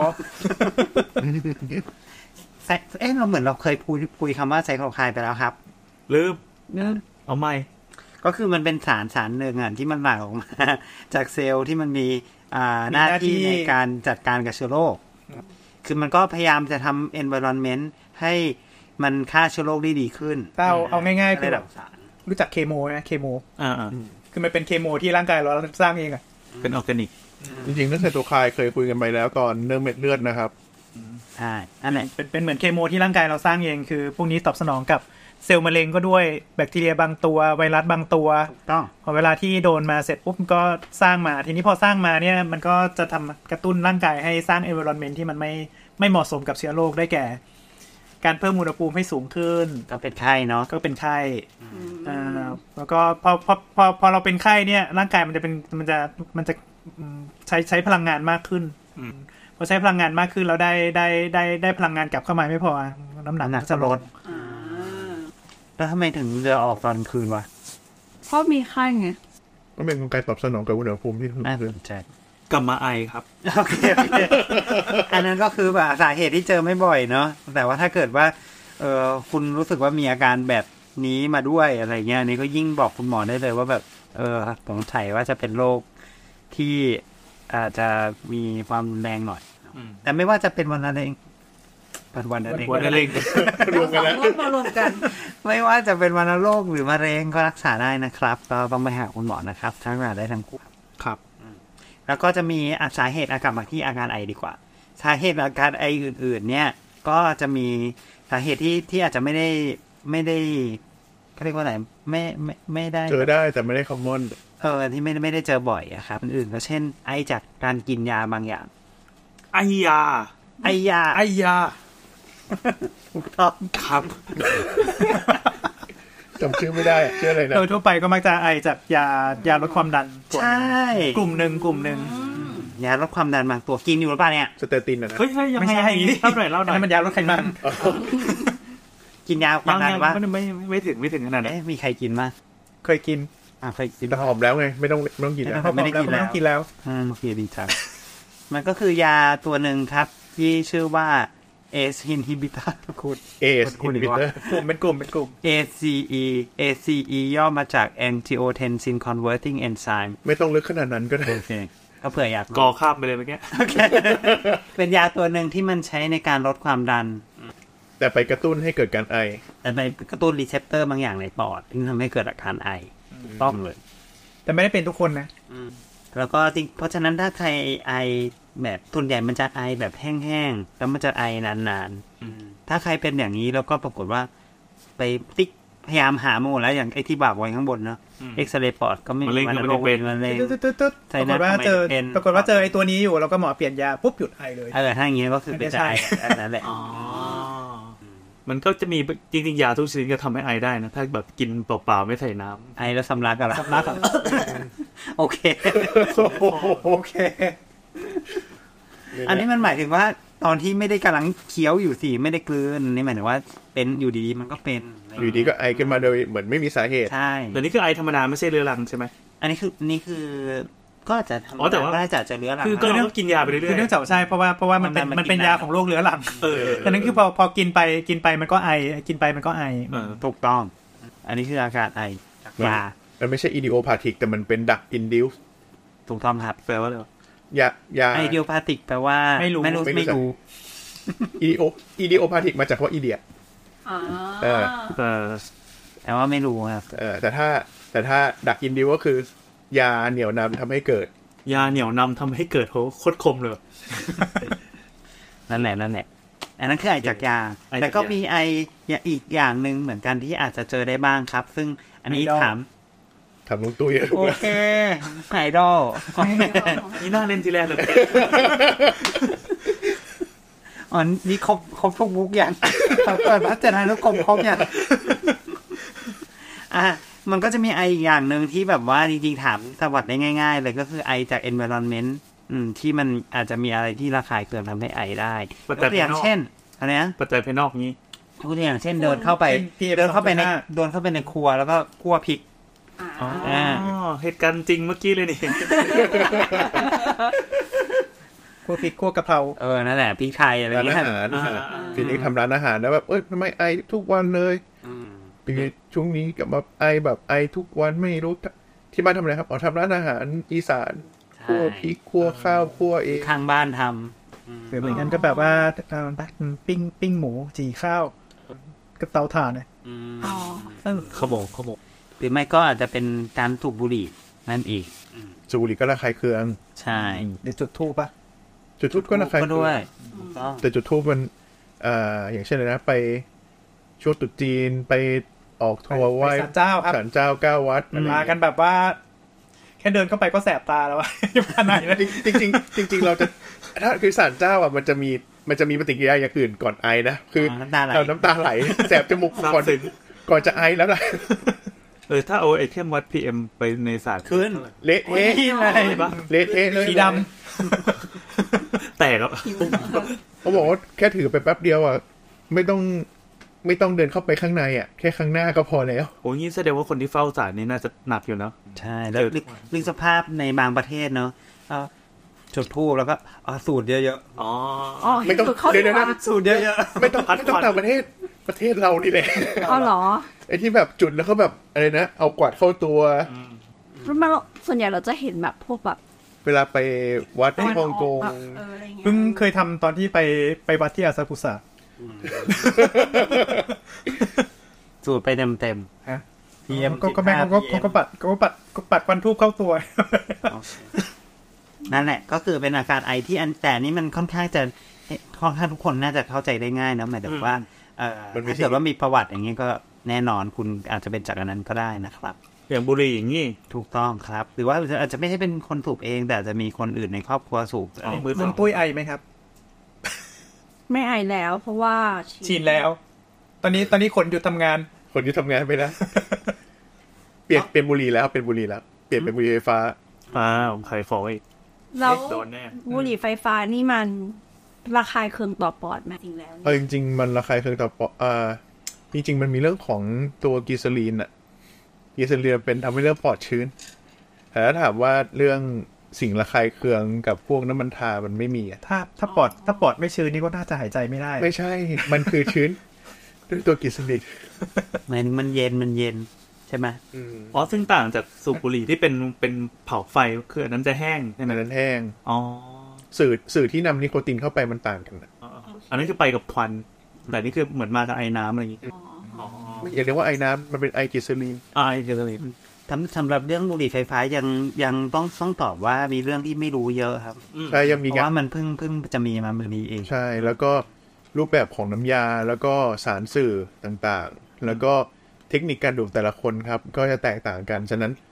เราเหมือนเราเคยคุยคำว่าไซโตไคน์ไปแล้วครับลืมเอาใหม่ก็คือมันเป็นสารหนึ่งที่มันหลั่งออกมาจากเซลล์ที่มันมีหน้าที่ในการจัดการกับเชื้อโรคคือมันก็พยายามจะทำ environment ให้มันฆ่าเชื้อโรคได้ดีขึ้นเอาง่ายๆเป็นรู้จักเคมีนะเคมีคือมันเป็นเคมีที่ร่างกายเราสร้างเองเป็นออร์แกนิกจริงๆนั่นไซโตไคน์เคยคุยกันไปแล้วตอนเรื่องเม็ดเลือดนะครับใช่อันไหนเป็นเหมือนเคมีที่ร่างกายเราสร้างเองคือพวกนี้ตอบสนองกับเซลล์มะเร็งก็ด้วยแบคทีเรียบางตัวไวรัสบางตัวต้องพอเวลาที่โดนมาเสร็จปุ๊บก็สร้างมาทีนี้พอสร้างมาเนี่ยมันก็จะทำกระตุ้นร่างกายให้สร้าง environment ที่มันไม่เหมาะสมกับเชื้อโรคได้แก่การเพิ่มอุณหภูมิให้สูงขึ้นก็เป็นไข้เนาะก็เป็นไข้แล้วก็พอเราเป็นไข้เนี่ยร่างกายมันจะใช้พลังงานมากขึ้นพอใช้พลังงานมากขึ้นแล้วได้พลังงานกลับเข้ามาไม่พอน้ำหนักจะลดแล้วทำไมถึงจะออกตอนคืนวะเพราะมีไข้ไงก็เป็นกลไกตอบสนองกับอุณหภูมิที่น่าสนใจกลับมาไอครับโอเค อันนั้นก็คือแบบสาเหตุที่เจอไม่บ่อยเนาะแต่ว่าถ้าเกิดว่าคุณรู้สึกว่ามีอาการแบบนี้มาด้วยอะไรเงี้ยนี่ก็ยิ่งบอกคุณหมอได้เลยว่าแบบสงสัยว่าจะเป็นโรคที่อาจจะมีความรุนแรงหน่อยแต่ไม่ว่าจะเป็นวันนั้นเองวันนั้นเองรวมกันแล้วมารวมกันไม่ว่าจะเป็นวัณโรคหรือมะเร็งก็รักษาได้นะครับก็ต้องไปหาคุณหมอนะครับทั้งหาได้ทั้งคู่ครับแล้วก็จะมีสาเหตุกลับมาที่อาการไอดีกว่าสาเหตุอาการไออื่นๆเนี่ยก็จะมีสาเหตุที่อาจจะไม่ได้เขาเรียกว่าอะไรไม่ได้เจอได้แต่ไม่ได้คอมมอนที่ไม่ได้เจอบ่อยอะครับอื่นๆก็เช่นไอจากการกินยาบางอย่างไอยาถูกต้องครับจำชื่อไม่ได้ชื่ออะไรนะทั่วไปก็มักจะไอจากยาลดความดันใช่กลุ่มหนึ่งยาลดความดันบางตัวกินอยู่หรือเปล่าเนี่ยสเตตินเฮ้ยไม่ใช่อย่างนี้เล่าหน่อยมันยาลดไขมันกินยาความดันวะไม่ถึงขนาดนั้นมีใครกินมั้ยเคยกินเคยกินแต่หอมแล้วไงไม่ต้องกินแล้วไม่ได้กินแล้วโอเคดีจังมันก็คือยาตัวนึงครับที่ชื่อว่าACE inhibitor คุณ ACE inhibitor เป็นกลุ่ม ACE ย่อมาจาก angiotensin converting enzyme ไม่ต้องลึกขนาดนั้นก็ได้โอเคก็เผื่ออยากกอข้ามไปเลยเมื่อกี้โอเคเป็นยาตัวหนึ่งที่มันใช้ในการลดความดันแต่ไปกระตุ้นให้เกิดการไอแต่ไปกระตุ้นรีเซปเตอร์บางอย่างในปอดที่ทำให้เกิดอาการไอต้องเลยแต่ไม่ได้เป็นทุกคนนะแล้วก็เพราะฉะนั้นถ้าใครไอแบบส่วนใหญ่มันจะไอแบบแห้งๆแล้วมันจะไอนานๆถ้าใครเป็นอย่างนี้แล้วก็ปรากฏว่าไปพยายามหามาหมดแล้วอย่างไอที่บากไว้ข้างบนเนาะเอ็กซเรย์ปอดก็ไม่มันโรคเป็นมันเลยปรากฏว่าเจอไอตัวนี้อยู่แล้วก็หมอเปลี่ยนยาปุ๊บหยุดไอเลยถ้าอย่างนี้ก็คือเป็นไอนั่นแหละมันก็จะมีจริงๆยาทุกชนิดก็ทำให้ไอได้นะถ้าแบบกินเปล่าๆไม่ใส่น้ำไอแล้วสำลักกันละโอเคอันนี้มันหมายถึงว่าตอนที่ไม่ได้กำลังเคี้ยวอยู่สิไม่ได้กลืนนี่หมายถึงว่าเป็นอยู่ดีๆมันก็เป็นอยู่ดีก็ไอขึ้นมาโดยเหมือนไม่มีสาเหตุใช่แต่นี่คือไอธรรมดาไม่ใช่เรื้อรังใช่ไหมอันนี้คือก็จะแต่ว่าจะเรื้อรังคือก็ต้องกินยาไปเรื่อยๆคือเนื่องจากใช่เพราะว่ามันเป็นยาของโรคเรื้อรังแต่นั้นคือพอกินไปมันก็ไอกินไปมันก็ไอถูกต้องอันนี้คืออาการไอจากยามันไม่ใช่ idiopathic แต่มันเป็น drug induced ถูกต้องครับแปลว่าอะไรยา idiopathic แปลว่าไม่รู้ idiopathic มาจากว่า idiot แต่ว่าไม่รู้ครับแต่ถ้า drug induced ก็คือยาเหนี่ยวนำทำให้เกิดยาเหนี่ยวนำทำให้เกิดโคตรคมเลยนั่นแหละอันนั้นคือไอจากยาแต่ก็มีไออีกอย่างนึงเหมือนกันที่อาจจะเจอได้บ้างครับซึ่งอันนี้ถามลุงตุ้ยโอเคไอดอลนี่น่าเล่นทีแรกเลยนี่ครบทุกมุกอย่างเปิดพัฒนาแล้วครบอย่างมันก็จะมีไออีกอย่างนึงที่แบบว่าจริงๆถามสวัสดิ์ได้ง่ายๆเลยก็คือไอจาก environment ที่มันอาจจะมีอะไรที่ระคายเคืองทำให้ไอได้ตัวอย่างเช่นอะไรนะปัจจัยภายนอกนี้ตัวอย่างเช่นเดินเข้าไปในครัวแล้วก็คั่วพริกเหตุการณ์จริงเมื่อกี้เลยนี่คั่วพริกคั่วกะเพรานั่นแหละพริกไทยอะไรอย่างเงี้ยพี่นิกทำร้านอาหารนะแบบทำไมไอทุกวันเลยเป็นช่วงนี้กลับมาไอแบบไอทุกวันไม่รู้ที่บ้านทำอะไรครับทำร้านอาหารอีสานคั่วพริกคั่วข้าวคั่วเองข้างบ้านทำเหมือนกันก็แบบว่าปิ้งหมูจี่ข้าวกับเตาถ่านเนี่ยเขาบอกหรือไม่ก็อาจจะเป็นการสูบบุหรี่นั่นอีกสูบบุหรี่ก็ระคายเคืองใช่เดี๋ยวจุดธูปป่ะจุดธูปก็ระคายเคืองแต่จุดธูปมันอย่างเช่นเลยนะไปช่วงตรุษจีนไปออกถวายไหว้ศาลเจ้าครับศาลเจ้า9วัดมากันแบบว่าแค่เดินเข้าไปก็แสบตาแล้วว่าขนาดนั้นจริงเราจะถ้าคือศาลเจ้ามันจะมีมันจะมีปฏิกิริยาอย่างอื่นก่อนไอนะคือน้ำตาไหลแสบจมูกก่อนจะไอแล้วล่ะถ้าเอาไอเทมวัด PM ไปในสารขึ้นเละเทะเละเทะเลยสีดำแตกแล้วเขาบอกว่าแค่ถือไปแป๊บเดียวอ่ะไม่ต้องเดินเข้าไปข้างในอ่ะแค่ข้างหน้าก็พอแล้วโอ้ยงี้แสดงว่าคนที่เฝ้าศาลนี่น่าจะหนักอยู่เนาะใช่แล้วลึกสภาพในบางประเทศเนาะจุดธูปแล้วก็สูตรเยอะๆอ๋อไม่ต้องเดี๋ยวนะสูตรเยอะๆไม่ต้องต่างประเทศเรานี่แหละอ๋อเหรอไอ้ที่แบบจุดแล้วเขาแบบอะไรนะเอากวาดเข้าตัวมันส่วนใหญ่เราจะเห็นแบบพวกแบบเวลาไปวัดที่ฮ่องกงเพิ่งเคยทำตอนที่ไปวัดที่อาซากุสะสูตรไปเต็มฮะก็แม่เขาก็ปัดควันทูบเข้าตัวนั่นแหละก็คือเป็นอาการไอที่แต่นี่มันค่อนข้างทุกคนน่าจะเข้าใจได้ง่ายนะหมายถึงว่าถ้าเกิดว่ามีประวัติอย่างนี้ก็แน่นอนคุณอาจจะเป็นจากอันนั้นก็ได้นะครับอย่างบุหรี่อย่างนี้ถูกต้องครับหรือว่าอาจจะไม่ใช่เป็นคนสูบเองแต่จะมีคนอื่นในครอบครัวสูบลุงปุ้ยไอไหมครับไม่ไอแล้วเพราะว่าชินแล้วตอนนี้ขนหยุดทำงานไปแล้วเปลี่ยนบุหรี่แล้วเปลี่ยนบุหรี่ไฟฟ้าใครฟอยแล้วบุหรี่ไฟฟ้านี่มันระคายเคืองต่อปอดไหมจริงแล้วจริงๆมันระคายเคืองต่อปอดจริงๆมันมีเรื่องของตัวกิโซลีนอ่ะกิโซลีนเป็นทำให้เรื่องปอดชื้นแต่ถ้าถามว่าเรื่องสิ่งระคายเคืองกับพวกน้ำมันทามันไม่มีอ่ะถ้าปอดไม่ชื้นนี่ก็น่าจะหายใจไม่ได้ไม่ใช่มันคือชื้นด้วยตัวกิโซลีนมันเย็นใช่ไหมซึ่งต่างจากสูบบุหรี่ที่เป็นเผาไฟคืออันนั้นจะแห้งใช่ไหมนั้นแห้งสื่อที่นำนิโคตินเข้าไปมันต่างกันอันนี้คือไปกับควันแต่นี่คือเหมือนมากับไอ้น้ำอะไรอย่างงี้ไม่อยากเรียกว่าไอ้น้ำมันเป็นไอกิโซลีนไอกิโซลีนสำหรับเรื่องบุหรี่ไฟฟ้ายังต้องตอบว่ามีเรื่องที่ไม่รู้เยอะครับใช่ยังมีเพราะว่ามันเพิ่งจะมีมาเมื่อนี้เองใช่แล้วก็รูปแบบของน้ำยาแล้วก็สารสื่อต่างๆแล้วก็เทคนิคการดูดแต่ละคนครับก็จะแตกต่างกันฉะนั้น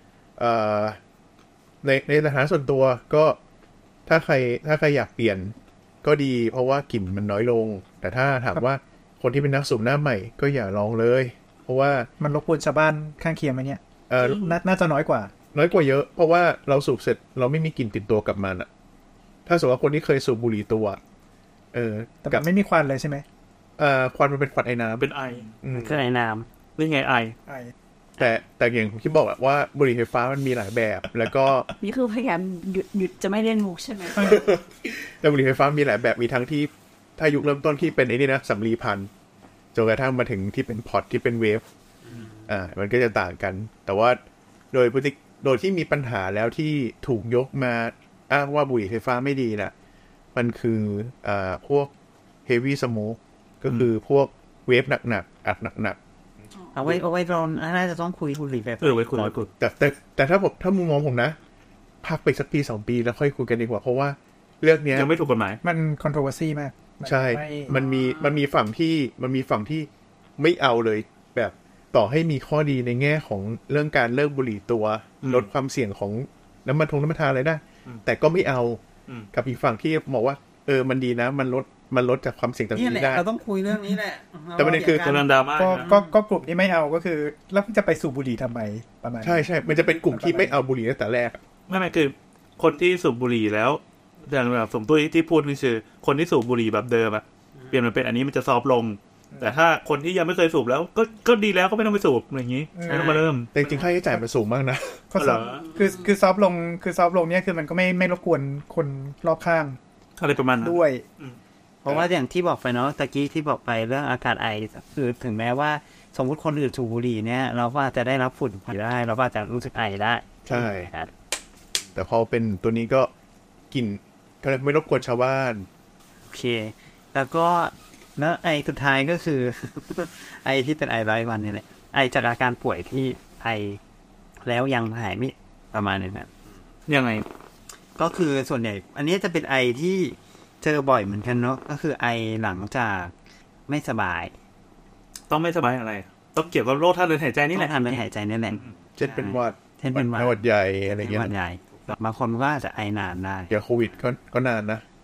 ในฐานะส่วนตัวก็ถ้าใครอยากเปลี่ยนก็ดีเพราะว่ากลิ่นมันน้อยลงแต่ถ้าถามว่าคนที่เป็นนักสูบหน้าใหม่ก็อย่าลองเลยเพราะว่ามันรบกวนชาวบ้านข้างเคียงไหมเนี่ยน่าจะน้อยกว่าเยอะเพราะว่าเราสูบเสร็จเราไม่มีกลิ่นติดตัวกลับมาถ้าสมมติว่าคนที่เคยสูบบุหรี่ตัวแต่แบบไม่มีควันเลยใช่ไหมควันมันเป็นควันไอน้ำเป็นไอคือไอน้ำนี่ไงไอแต่อย่างที่บอกว่าบุหรี่ไฟฟ้ามันมีหลายแบบแล้วก็นี่คือพยายามหยุดจะไม่เล่นมุกใช่ไหมแต่บุหรี่ไฟฟ้ามีหลายแบบมีทั้งที่ถ้ายุคเริ่มต้นที่เป็นไอ้นี่นะสำลีพันจนกระทั่งมาถึงที่เป็นพอตที่เป็นเวฟมันก็จะต่างกันแต่ว่าโดยที่มีปัญหาแล้วที่ถูกยกมาอ้างว่าบุหรี่ไฟฟ้าไม่ดีน่ะมันคือพวก heavy smoke ก็คือพวกเวฟหนักๆอัดหนักๆเอาไว้เราน่าจะต้องคุยบุหรี่ไฟฟ้าไว้คุยแต่ถ้ามุมมองผมนะพักไปสักปี2ปีแล้วค่อยคุยกันดีกว่าเพราะว่าเรื่องนี้ยังไม่ถูกกฎหมายมัน controversy มากใช่มันมีฝั่งที่ไม่เอาเลยแบบต่อให้มีข้อดีในแง่ของเรื่องการเลิกบุหรี่ตัวลดความเสี่ยงของน้ำมันทาอะไรได้แต่ก็ไม่เอากับอีกฝั่งที่บอกว่ามันดีนะมันลดจากความเสี่ยงต่างๆได้เราต้องคุยเรื่องนี้แหละแต่ประเด็นคือการดราม่าก็กลุ่มที่ไม่เอาก็คือแล้วจะไปสูบบุหรี่ทำไมประมาณใช่มันจะเป็นกลุ่มที่ไม่เอาบุหรี่ตั้งแต่แรกไม่คือคนที่สูบบุหรี่แล้วอย่างแบบสมตุ้ยที่พูดคือคนที่สูบบุหรี่แบบเดิมอะเปลี่ยนมาเป็นอันนี้มันจะซอฟลงแต่ถ้าคนที่ยังไม่เคยสูบแล้วก็ดีแล้วก็ไม่ต้องไปสูบอย่างนี้ไม่ต้องมาเริ่มแต่จริงๆค่าใช้จ่ายมันสูงมากนะคือซอฟลงเนี่ยคือมันก็ไม่รบกวนคนรอบข้างอะไรประมาณนั้นด้วยเพราะว่าอย่างที่บอกไปเนาะตะกี้ที่บอกไปเรื่องอากาศไอคือถึงแม้ว่าสมมุติคนอื่นสูบบุหรี่เนี่ยเราว่าจะได้รับฝุ่นได้เราว่าจะรู้สึกไอได้ใช่แต่พอเป็นตัวนี้ก็กลิ่นก็เลยไม่รบกวนชาวบ้านโอเคแล้วก็แล้วไอสุดท้ายก็คือไอที่เป็นไอร้อยวันนี่แหละไอจากอาการป่วยที่ไอแล้วยังหายไม่ประมาณนี้นะยังไงก็คือส่วนใหญ่อันนี้จะเป็นไอที่เจอบ่อยเหมือนกันเนาะก็คือไอหลังจากไม่สบายต้องไม่สบายอะไรต้องเกี่ยวกับโรคทางเดินหายใจนี่แหละทางเดินหายใจนี่แหละเช่นเป็นหวัดใหญ่อะไรเงี้ยหวัดใหญ่บางคนก็อาจจะไอนานได้เดี๋ยวโควิดก็นานนะ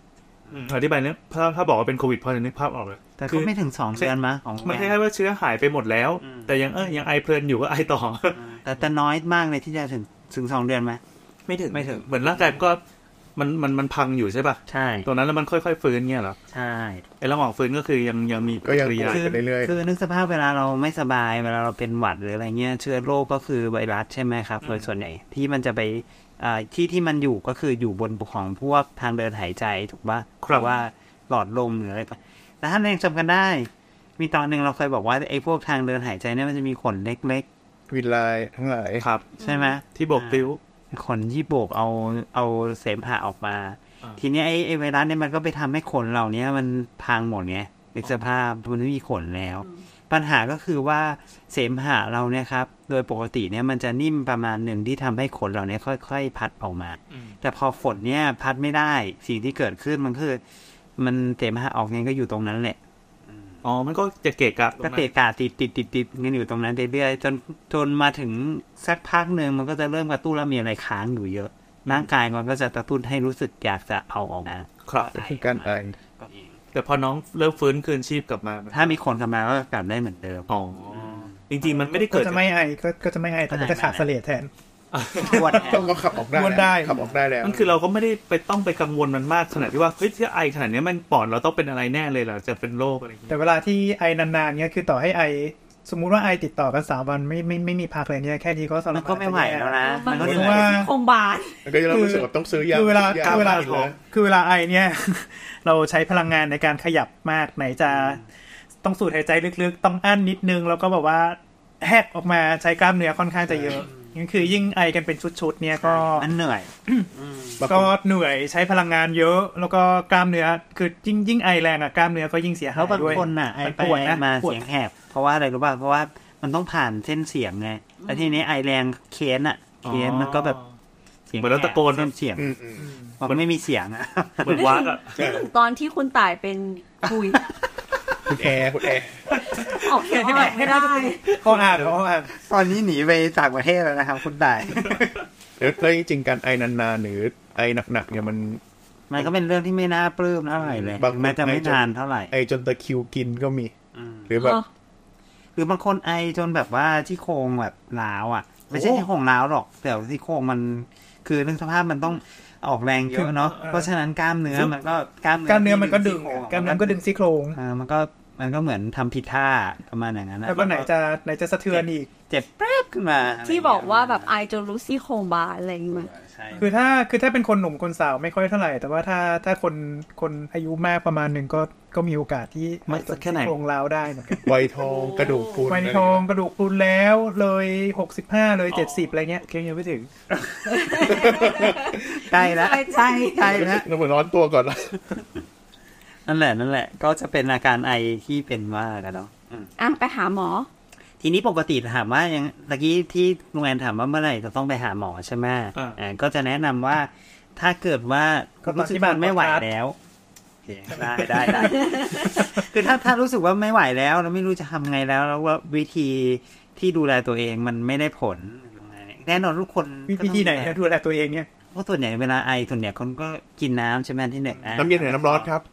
อธิบายเนี่ยถ้าบอกว่าเป็นโควิดพอจะนึกภาพออกเลยแต่ก็ไม่ถึง2 เดือนมั้งมันคล้ายๆว่าเชื้อหายไปหมดแล้วแต่ยังไอเพลินอยู่ก็ไอต่อแต่น้อยมากเลยที่จะถึง2 เดือนไหมไม่ถึงเหมือนร่างกายก็มันพังอยู่ใช่ป่ะใช่ตัวนั้นแล้วมันค่อยๆฟื้นเงี้ยเหรอใช่ไอ้ระหว่างฟื้นก็คือยังมีก็ยังเรื่อยๆคือนึกสภาพเวลาเราไม่สบายเวลาเราเป็นหวัดหรืออะไรเงี้ยเชื้อโรคก็คือไวรัสใช่ไหมครับโดยส่วนใหญ่ที่มันจะไปที่มันอยู่ก็คืออยู่บนของพวกทางเดินหายใจถูกป่ะหรือว่าหลอดลมหรืออะไรแต่ถ้ายังจำกันได้มีตอนนึงเราเคยบอกว่าไอ้พวกทางเดินหายใจเนี่ยมันจะมีขนเล็กๆวิลไลทั้งหลายครับใช่ไหมที่โบกติ้วขนที่โบกเอาเสมหะออกมาทีนี้ไอ้ไวรัสเนี่ยมันก็ไปทำให้ขนเหล่านี้มันพังหมดไงในสภาพมันไม่มีขนแล้วปัญหาก็คือว่าเสมหะเราเนี่ยครับโดยปกติเนี่ยมันจะนิ่มประมาณหนึ่งที่ทำให้ขนเหล่านี้ค่อยๆพัดออกมาแต่พอฝนเนี่ยพัดไม่ได้สิ่งที่เกิดขึ้นมันคือมันเสมหะออกไงก็อยู่ตรงนั้นแหละมันก็จะเกะกะติดกันอยู่ตรงนั้นเรื่อยๆจนมาถึงสักพักนึงมันก็จะเริ่มกระตุ้นแล้วมีอะไรค้างอยู่เยอะร่างกายมันก็จะกระตุ้นให้รู้สึกอยากจะเอาออกมาครับคือการไอแต่พอน้องเริ่มฟื้นคืนชีพกลับมาถ้ามีคนกลับมาก็กลับได้เหมือนเดิมจริงๆมันไม่ได้เกิดก็จะไม่ไอก็จะไม่ไอแต่จะขาดเสลดแทนต้องก็ขับออกได้ขับออกได้แล้วนั่นคือเราก็ไม่ได้ต้องไปกังวลมันมากขนาดที่ว่าเฮ้ยที่ไอขนาดนี้มันปอดเราต้องเป็นอะไรแน่เลยเหรอจะเป็นโรคอะไรแต่เวลาที่ไอนานๆเนี้ยคือต่อให้ไอสมมุติว่าไอติดต่อกัน3 วันไม่มีพักเลยเนี่ยแค่นี้ก็สำหรับมันก็ไม่ไหวแล้วนะมันก็ถือว่าคงบาดก็จะรู้สึกว่าต้องซื้อยาคือเวลาไอเนี่ยเราใช้พลังงานในการขยับมากไหนจะต้องสูดหายใจลึกๆต้องอั้นนิดนึงแล้วก็แบบว่าแฮกออกมาใช้กล้ามเนื้อค่อนข้างจะเยอะนี่คือยิ่งไอกันเป็นชุดๆเนี่ยก็เหนื่อยก็เหนื่อยใช้พลังงานเยอะแล้วก็กล้ามเนื้อคือยิ่งไอแรงอ่ะกล้ามเนื้อก็ยิ่งเสียหายด้วยบางคนน่ะไอไปมาเสียงแหบเพราะว่าอะไรรู้ป่ะเพราะว่ามันต้องผ่านเส้นเสียงไงแล้วทีนี้ไอแรงเค้นมันก็แบบเสียงเหมือนเราตะโกนเสียงมันไม่มีเสียงอ่ะเหมือนวักอ่ะตอนที่คุณต่ายเป็นคุยคุณแอร์ออกเสียงไม่ได้เขาอ่านตอนนี้หนีไปต่างประเทศแล้วนะครับคุณต่ายแล้วจริงๆการไอนานๆหรือไอหนักๆเนี่ยมันก็เป็นเรื่องที่ไม่น่าปลื้มเท่าไหร่เลยมันจะไม่นานเท่าไหร่ไอจนตะคิวกินก็มีหรือแบบหรือบางคนไอจนแบบว่าที่โครงแบบล้าวอ่ะไม่ใช่ที่โครงล้าวหรอกแต่ที่โครงมันคือเรื่องสภาพมันต้องออกแรงเยอะเนาะเพราะฉะนั้นกล้ามเนื้อมันก็กล้ามเนื้อมันก็ดึงกล้ามเนื้อก็ดึงซี่โครงมันก็เหมือนทำผิดท่าประมาณอย่างนั้นแล้วก็ไหนจะสะเทือนอีกเจ็บแป๊บขึ้นมาที่บอกว่าแบบไอจนรู้ซี่โครงบาดอะไรอย่างเงี้ยคือถ้าเป็นคนหนุ่มคนสาวไม่ค่อยเท่าไหร่แต่ว่าถ้าคนอายุมากประมาณนึงก็มีโอกาสที่แค่ไหนโครงร้าวได้เหมือนกันวัยทองกระดูกพรุนวัยทองกระดูกพรุนแล้วเลย65เลย70อะไรเงี้ยยังไม่ถึงใกล้แล้วใกล้แล้วเราเหมือนร้อนตัวก่อนละนั่นแหละก็จะเป็นอาการไอที่เป็นว่ากันเนาะไปหาหมอทีนี้ปกติถามว่ายังตะกี้ที่ลุงแอนถามว่าเมื่อไหร่จะต้องไปหาหมอใช่ไหมก็จะแนะนำว่าถ้าเกิดว่ารู้สึกมันไม่ไหวแล้วได้คือถ้ารู้สึกว่าไม่ไหวแล้วเราไม่รู้จะทำไงแล้วว่าวิธีที่ดูแลตัวเองมันไม่ได้ผลแน่นอนทุกคนวิธีไหนดูแลตัวเองเนี่ยเพราะส่วนใหญ่เวลาไอส่วนใหญ่คนก็กินน้ำใช่ไหมที่หนึ่งน้ำเย็นหรือน้ำร้อนครับ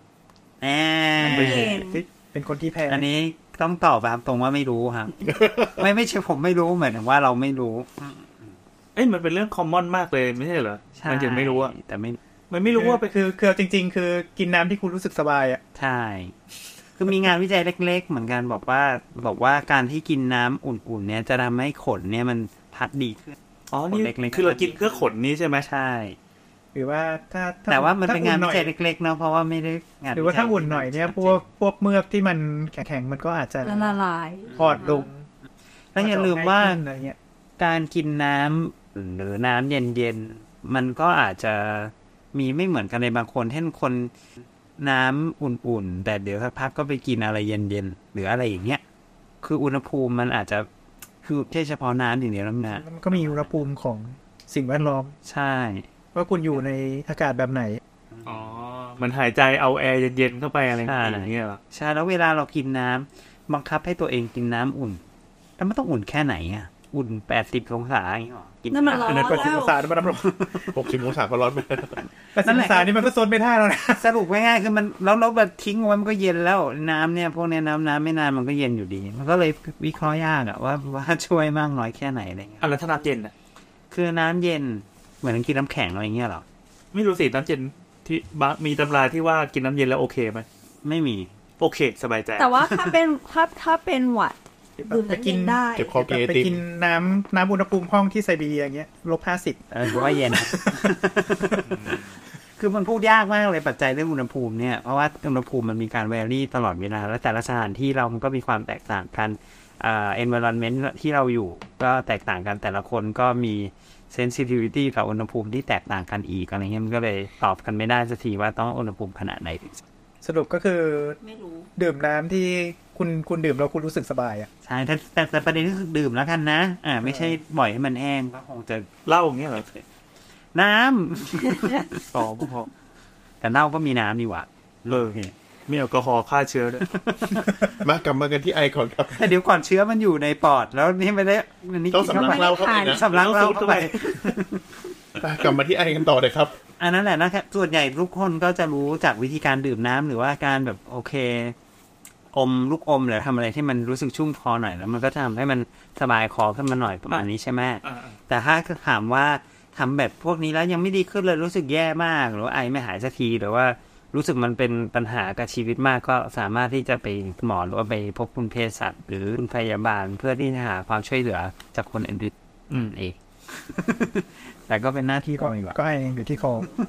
เป็นคนที่แพ้อันนี้ต้องตอบแบบตรงว่าไม่รู้ครับไม่ใช่ผมไม่รู้เหมือนว่าเราไม่รู้มันเป็นเรื่องคอมมอนมากเลยไม่ใช่เหรอมันจะไม่รู้อะแต่มันไม่รู้ว่าไปคือจริงๆคือกินน้ำที่คุณรู้สึกสบายอ่ะใช่คือมีงานวิจัยเล็กๆเหมือนกันบอกว่าการที่กินน้ำอุ่นๆเนี่ยจะทำให้ขนเนี่ยมันพัดดีขึ้นนี่คือเรากินเพื่อขนนี้ใช่ไหมใช่หรือว่าแต่ว่ามันเป็นงานวิจัยเล็กๆเนาะเพราะว่าไม่ได้งานหรือว่าถ้าอุ่นหน่อยเนี่ยพวกเมือกที่มันแข็งๆมันก็อาจจะละลายพอดลงแล้วอย่าลืมว่าการกินน้ำหรือน้ำเย็นๆมันก็อาจจะมีไม่เหมือนกันในบางคนเช่นคนน้ำอุ่นๆแต่เดี๋ยวสักพักก็ไปกินอะไรเย็นๆหรืออะไรอย่างเงี้ยคืออุณหภูมิมันอาจจะคือแค่เฉพาะน้ำอย่างเดียวนะมันก็มีอุณหภูมิของสิ่งแวดล้อมใช่ว่าคุณอยู่ในอากาศแบบไหนมันหายใจเอาแอร์เย็นๆเข้าไปอะไรอย่างเงี้ยหรอใช่แล้วเวลาเรากินน้ำบังคับให้ตัวเองกินน้ำอุ่นแต่ไม่ต้องอุ่นแค่ไหนอ่ะอุ่น80 องศาอย่างเงี้ยนั่นมันร้อนแล้ว 80 องศามันร้อน 60 องศาก็ร้อนไป 80 องศานี่มันก็ซดไม่ได้แล้วนะสรุปง่ายๆคือมันแล้วแบบทิ้งไว้มันก็เย็นแล้วน้ำเนี่ยพวกเนี้ยน้ำไม่นานมันก็เย็นอยู่ดีมันก็เลยวิเคราะห์ยากอะว่าช่วยมากน้อยแค่ไหนอะไรเงี้ยแล้วถ้าน้ำเย็นอะคือน้ำเย็นเหมือนกินน้ำแข็งอะไรเงี้ยหรอไม่รู้สิน้ำเย็นที่มีตำราที่ว่ากินน้ำเย็นแล้วโอเคไหมไม่มีโอเคสบายใจแต่ว่าถ้าเป็นหวัดดื่มกินได้ไปกินน้ำอุณหภูมิห้องที่ไซบีเรียอย่างเงี้ย-50 ว่าเย็น คือมันพูดยากมากเลยปัจจัยเรื่องอุณหภูมิเนี่ยเพราะว่าอุณหภูมิมันมีการแวรี่ตลอดเวลาและแต่ละสถานที่เรามันก็มีความแตกต่างกันenvironment ที่เราอยู่ก็แตกต่างกันแต่ละคนก็มี sensitivity กับอุณหภูมิที่แตกต่างกันอีกอะไรเงี้ยมันก็เลยตอบกันไม่ได้สักทีว่าต้องอุณหภูมิขนาดไหนสรุปก็คือไม่รู้ดื่มน้ำที่คุณดื่มแล้วคุณรู้สึกสบายอ่ะใช่แต่ประเด็นก็คือดื่มแล้วกันนะไม่ใช่ปล่อยให้มันแห้งก็คงจะเหล้าอย่างเงี้ยเหรอน้ำต่อพอแต่เหล้าก็มีน้ำนี่หว่ามีแอลกอฮอล์ฆ่าเชื้อด้วยมากลับมากันที่ไอก่อนครับแต่เดี๋ยวก่อนเชื้อมันอยู่ในปอดแล้วนี่ไม่ได้ต้องสำลักเหล้าเข้าไปนะสำลักเหล้าเข้าไปกลับมาที่ไอกันต่อเลยครับอันนั้นแหละนะครับส่วนใหญ่ทุกคนก็จะรู้จากวิธีการดื่มน้ำหรือว่าการแบบโอเคอมลูกอมหรือทำอะไรที่มันรู้สึกชุ่มคอหน่อยแล้วมันก็ทำให้มันสบายคอขึ้นมาหน่อยประมาณนี้ใช่ไหมแต่ถ้าถามว่าทำแบบพวกนี้แล้วยังไม่ดีขึ้นเลยรู้สึกแย่มากหรือไอไม่หายสักทีหรือว่ารู้สึกมันเป็นปัญหากับชีวิตมากก็สามารถที่จะไปหมอหรือว่าไปพบคุณเภสัชหรือคุณพยาบาลเพื่อที่จะหาความช่วยเหลือจากคนอื่นเองแต่ก็เป็นหน้าที่ก็ก็ไออยู่ที่คอ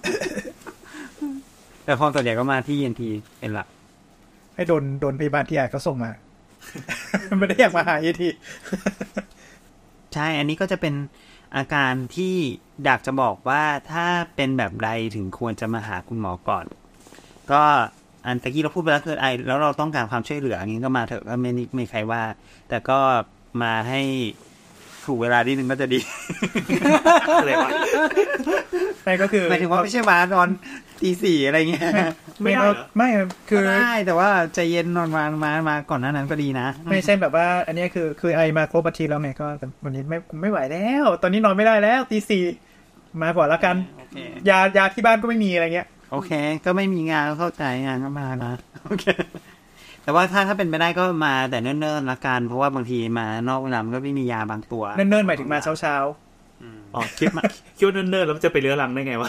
แต่คนส่วนใหญ่ก็มาที่ENTเป็นหลักให้โดนพยาบาลที่เขาส่งมาไม่ได้อยากมาหาENT ใช่อันนี้ก็จะเป็นอาการที่อยากจะบอกว่าถ้าเป็นแบบใดถึงควรจะมาหาคุณหมอก่อนก็อันตะกี้เราพูดไปแล้วคือไอแล้วเราต้องการความช่วยเหลืออย่างนี้ก็มาเถอะก็ไม่ใครว่าแต่ก็มาให้ถูกเวลานิดนึงก็จะดีอะไรวะไม่ก็คือหมายถึงว่าไม่ใช่มาตอนตีสี่อะไรเงี้ยไม่คือได้แต่ว่าใจเย็นนอนมาก่อนหน้านั้นก็ดีนะไม่ใช่แบบว่าอันนี้คือไอมาครบอาทิตย์แล้วไงก็วันนี้ไม่ไหวแล้วตอนนี้นอนไม่ได้แล้วตีสี่มาก่อนละกันยาที่บ้านก็ไม่มีอะไรเงี้ยโอเคก็ไม่มีงานเข้าใจงานก็มานะโอเคแต่ว่าถ้าเป็นไปได้ก็มาแต่เนิ่นๆละกันเพราะว่าบางทีมานอกเวลามันก็ไม่มียาบางตัวเนิ่นๆหมายถึงมาเช้าอ๋อคิดว่าเนิ่นๆแล้วจะไปเรื้อรังได้ไงวะ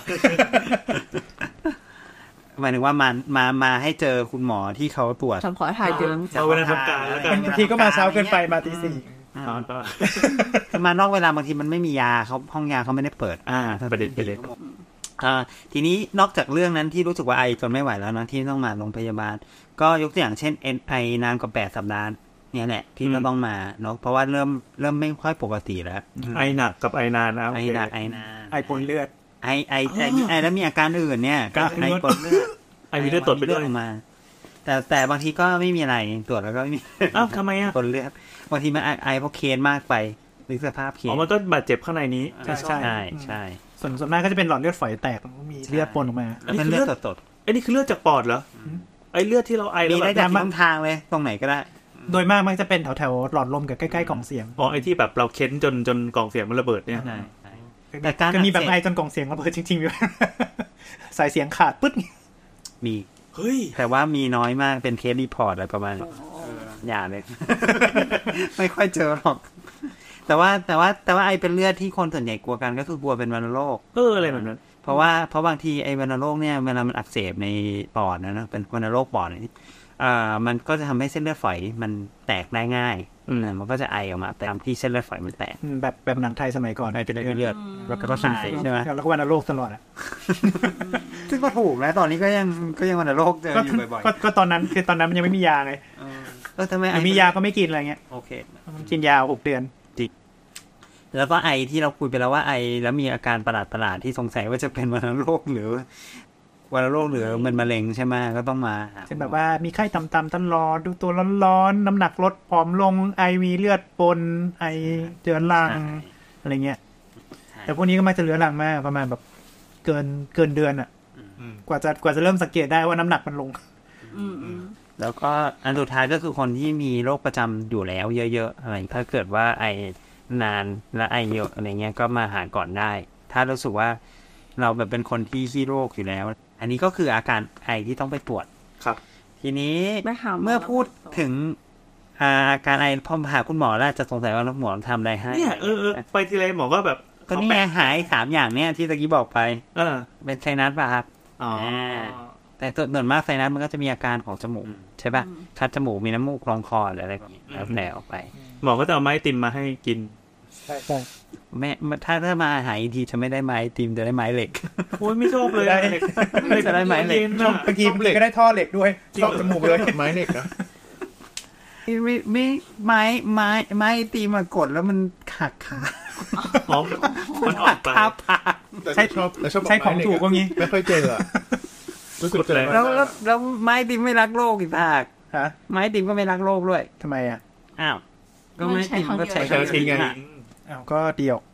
หมายถึงว่ามาให้เจอคุณหมอที่เขาตรวจขอถ่ายเดือนเอาเวลาทำการแล้วกันบางทีก็มาเช้าเกินไปมาตีสี่มานอกเวลาบางทีมันไม่มียาเขาห้องยาเขาไม่ได้เปิดประเด็นทีนี้นอกจากเรื่องนั้นที่รู้สึกว่าไอจนไม่ไหวแล้วนะที่ต้องมาโรงพยาบาลก็ยกตัวอย่างเช่นไอนานกว่า8 สัปดาห์เนี่ยแหละที่เราต้องมาเนาะเพราะว่าเริ่มไม่ค่อยปกติแล้วไอหนักกับไอนานนะไอหนักไอนานไอปนเลือดไอแล้วมีอาการอื่นเนี่ยก็ไอปนเลือดไอมีเลือดตดไปด้วยมาแต่บางทีก็ไม่มีอะไรตรวจแล้วก็ไม่มีทำไมอ่ะปนเลือดบางทีมันไอเพราะเคนมากไปหรือสภาพเคนมันก็บาดเจ็บข้างในนี้ใช่ส่วนมากก็จะเป็นหลอดเลือดฝอยแตกมีเลือดปนออกมาเป็นเลือดสดไอ้นี่คือเลือดจากปอดเหรอไอ้เลือดที่เราไอมีได้จากทั้งทางเลยตรงไหนก็ได้โดยมากมันจะเป็นแถวหลอดลมกับใกล้ๆกล่องเสียงไอ้ที่แบบเราเค้นจนกล่องเสียงมันระเบิดเนี่ยแต่การก็มีแบบไอจนกล่องเสียงระเบิดจริงๆอยู่สายเสียงขาดปึ๊ดมีเฮ้ยแต่ว่ามีน้อยมากเป็นเคสรีพอร์ตอะไรประมาณอย่าเลยไม่ค่อยเจอหรอกแต่ว่าไอเป็นเลือดที่คนส่วนใหญ่กลัวกันก็คือกลัวเป็นวัณโรคอะไรแบบนั้นเพราะบางทีไอวัณโรคเนี่ยเวลามันอักเสบในปอดนะเป็นวัณโรคปอดมันก็จะทำให้เส้นเลือดฝอยมันแตกได้ง่ายมันก็จะไอออกมาแต่ที่เส้นเลือดฝอยมันแตกแบบหนังไทยสมัยก่อนไอเป็นเลือดแล้วก็สั่นใช่ไหมแล้วก็วัณโรคตลอดอ่ะซึ่งก็ถูกนะตอนนี้ก็ยังวัณโรคเจออยู่บ่อยๆก็ตอนนั้นมันยังไม่มียาไงทำไมมียาก็ไม่กินอะไรเงี้ยโอเคกินยา6 เดือนแล้วก็ไอที่เราคุยไปแล้วว่าไอแล้วมีอาการประหลาดที่สงสัยว่าจะเป็นวัณโรคหรือวัณโรคหรือมันมะเร็งใช่ไหมก็ต้องมาเช่นแบบว่ามีไข้ต่ำๆตลอดดูตัวร้อนๆน้ำหนักลดผอมลงไอมีเลือดปนไอเรื้อรังอะไรเงี้ยแต่พวกนี้ก็มักจะเรื้อรังมากประมาณแบบเกินเดือนอ่ะกว่าจะเริ่มสังเกตได้ว่าน้ำหนักมันลงแล้วก็อันสุดท้ายก็คือคนที่มีโรคประจำอยู่แล้วเยอะๆอะไรถ้าเกิดว่าไอนานและไอเยอะอะไรเงี้ยก็มาหาก่อนได้ถ้ารู้สึกว่าเราแบบเป็นคนที่ขี้โรคอยู่แล้วอันนี้ก็คืออาการไอที่ต้องไปตรวจครับทีนี้เมื่อพูดถึงอาการไอพอหาคุณหมอแล้วจะสงสัยว่าหมอทำอะไรให้เนี่ยไปทีไรหมอก็แบบก็นี่หาย3อย่างเนี่ยที่ตะกี้บอกไปเป็นไซนัสป่ะครับแต่ส่วนมากไซนัสมันก็จะมีอาการของจมูกใช่ป่ะคัดจมูกมีน้ำมูกคลองคออะไรแบบนี้แล้วแหนออกไปหมอก็จะเอาไม้ติมมาให้กินใช่แม่ถ้ามาหายทีจะไม่ได้ไม้ติมจะได้ไม้เหล็กโอ้ยไม่ชอบเลยจะได้ไม้เหล็กบางทีก็ได้ท่อเหล็กด้วยชอบจมูกเลยไม้เหล็กนะไม่ไม้ตีมากดแล้วมันหักขามันออกไปใช่ชอบใช้ของถูกก็งี้ไม่ค่อยเจอรู้สึกเลยแล้วไม้ตีไม่รักโลกอีกภาคไม้ตีก็ไม่รักโลกด้วยทำไมอ้าวก็ไม้ตีก็ใช้ทิ้งไงอ้าวก็เดียว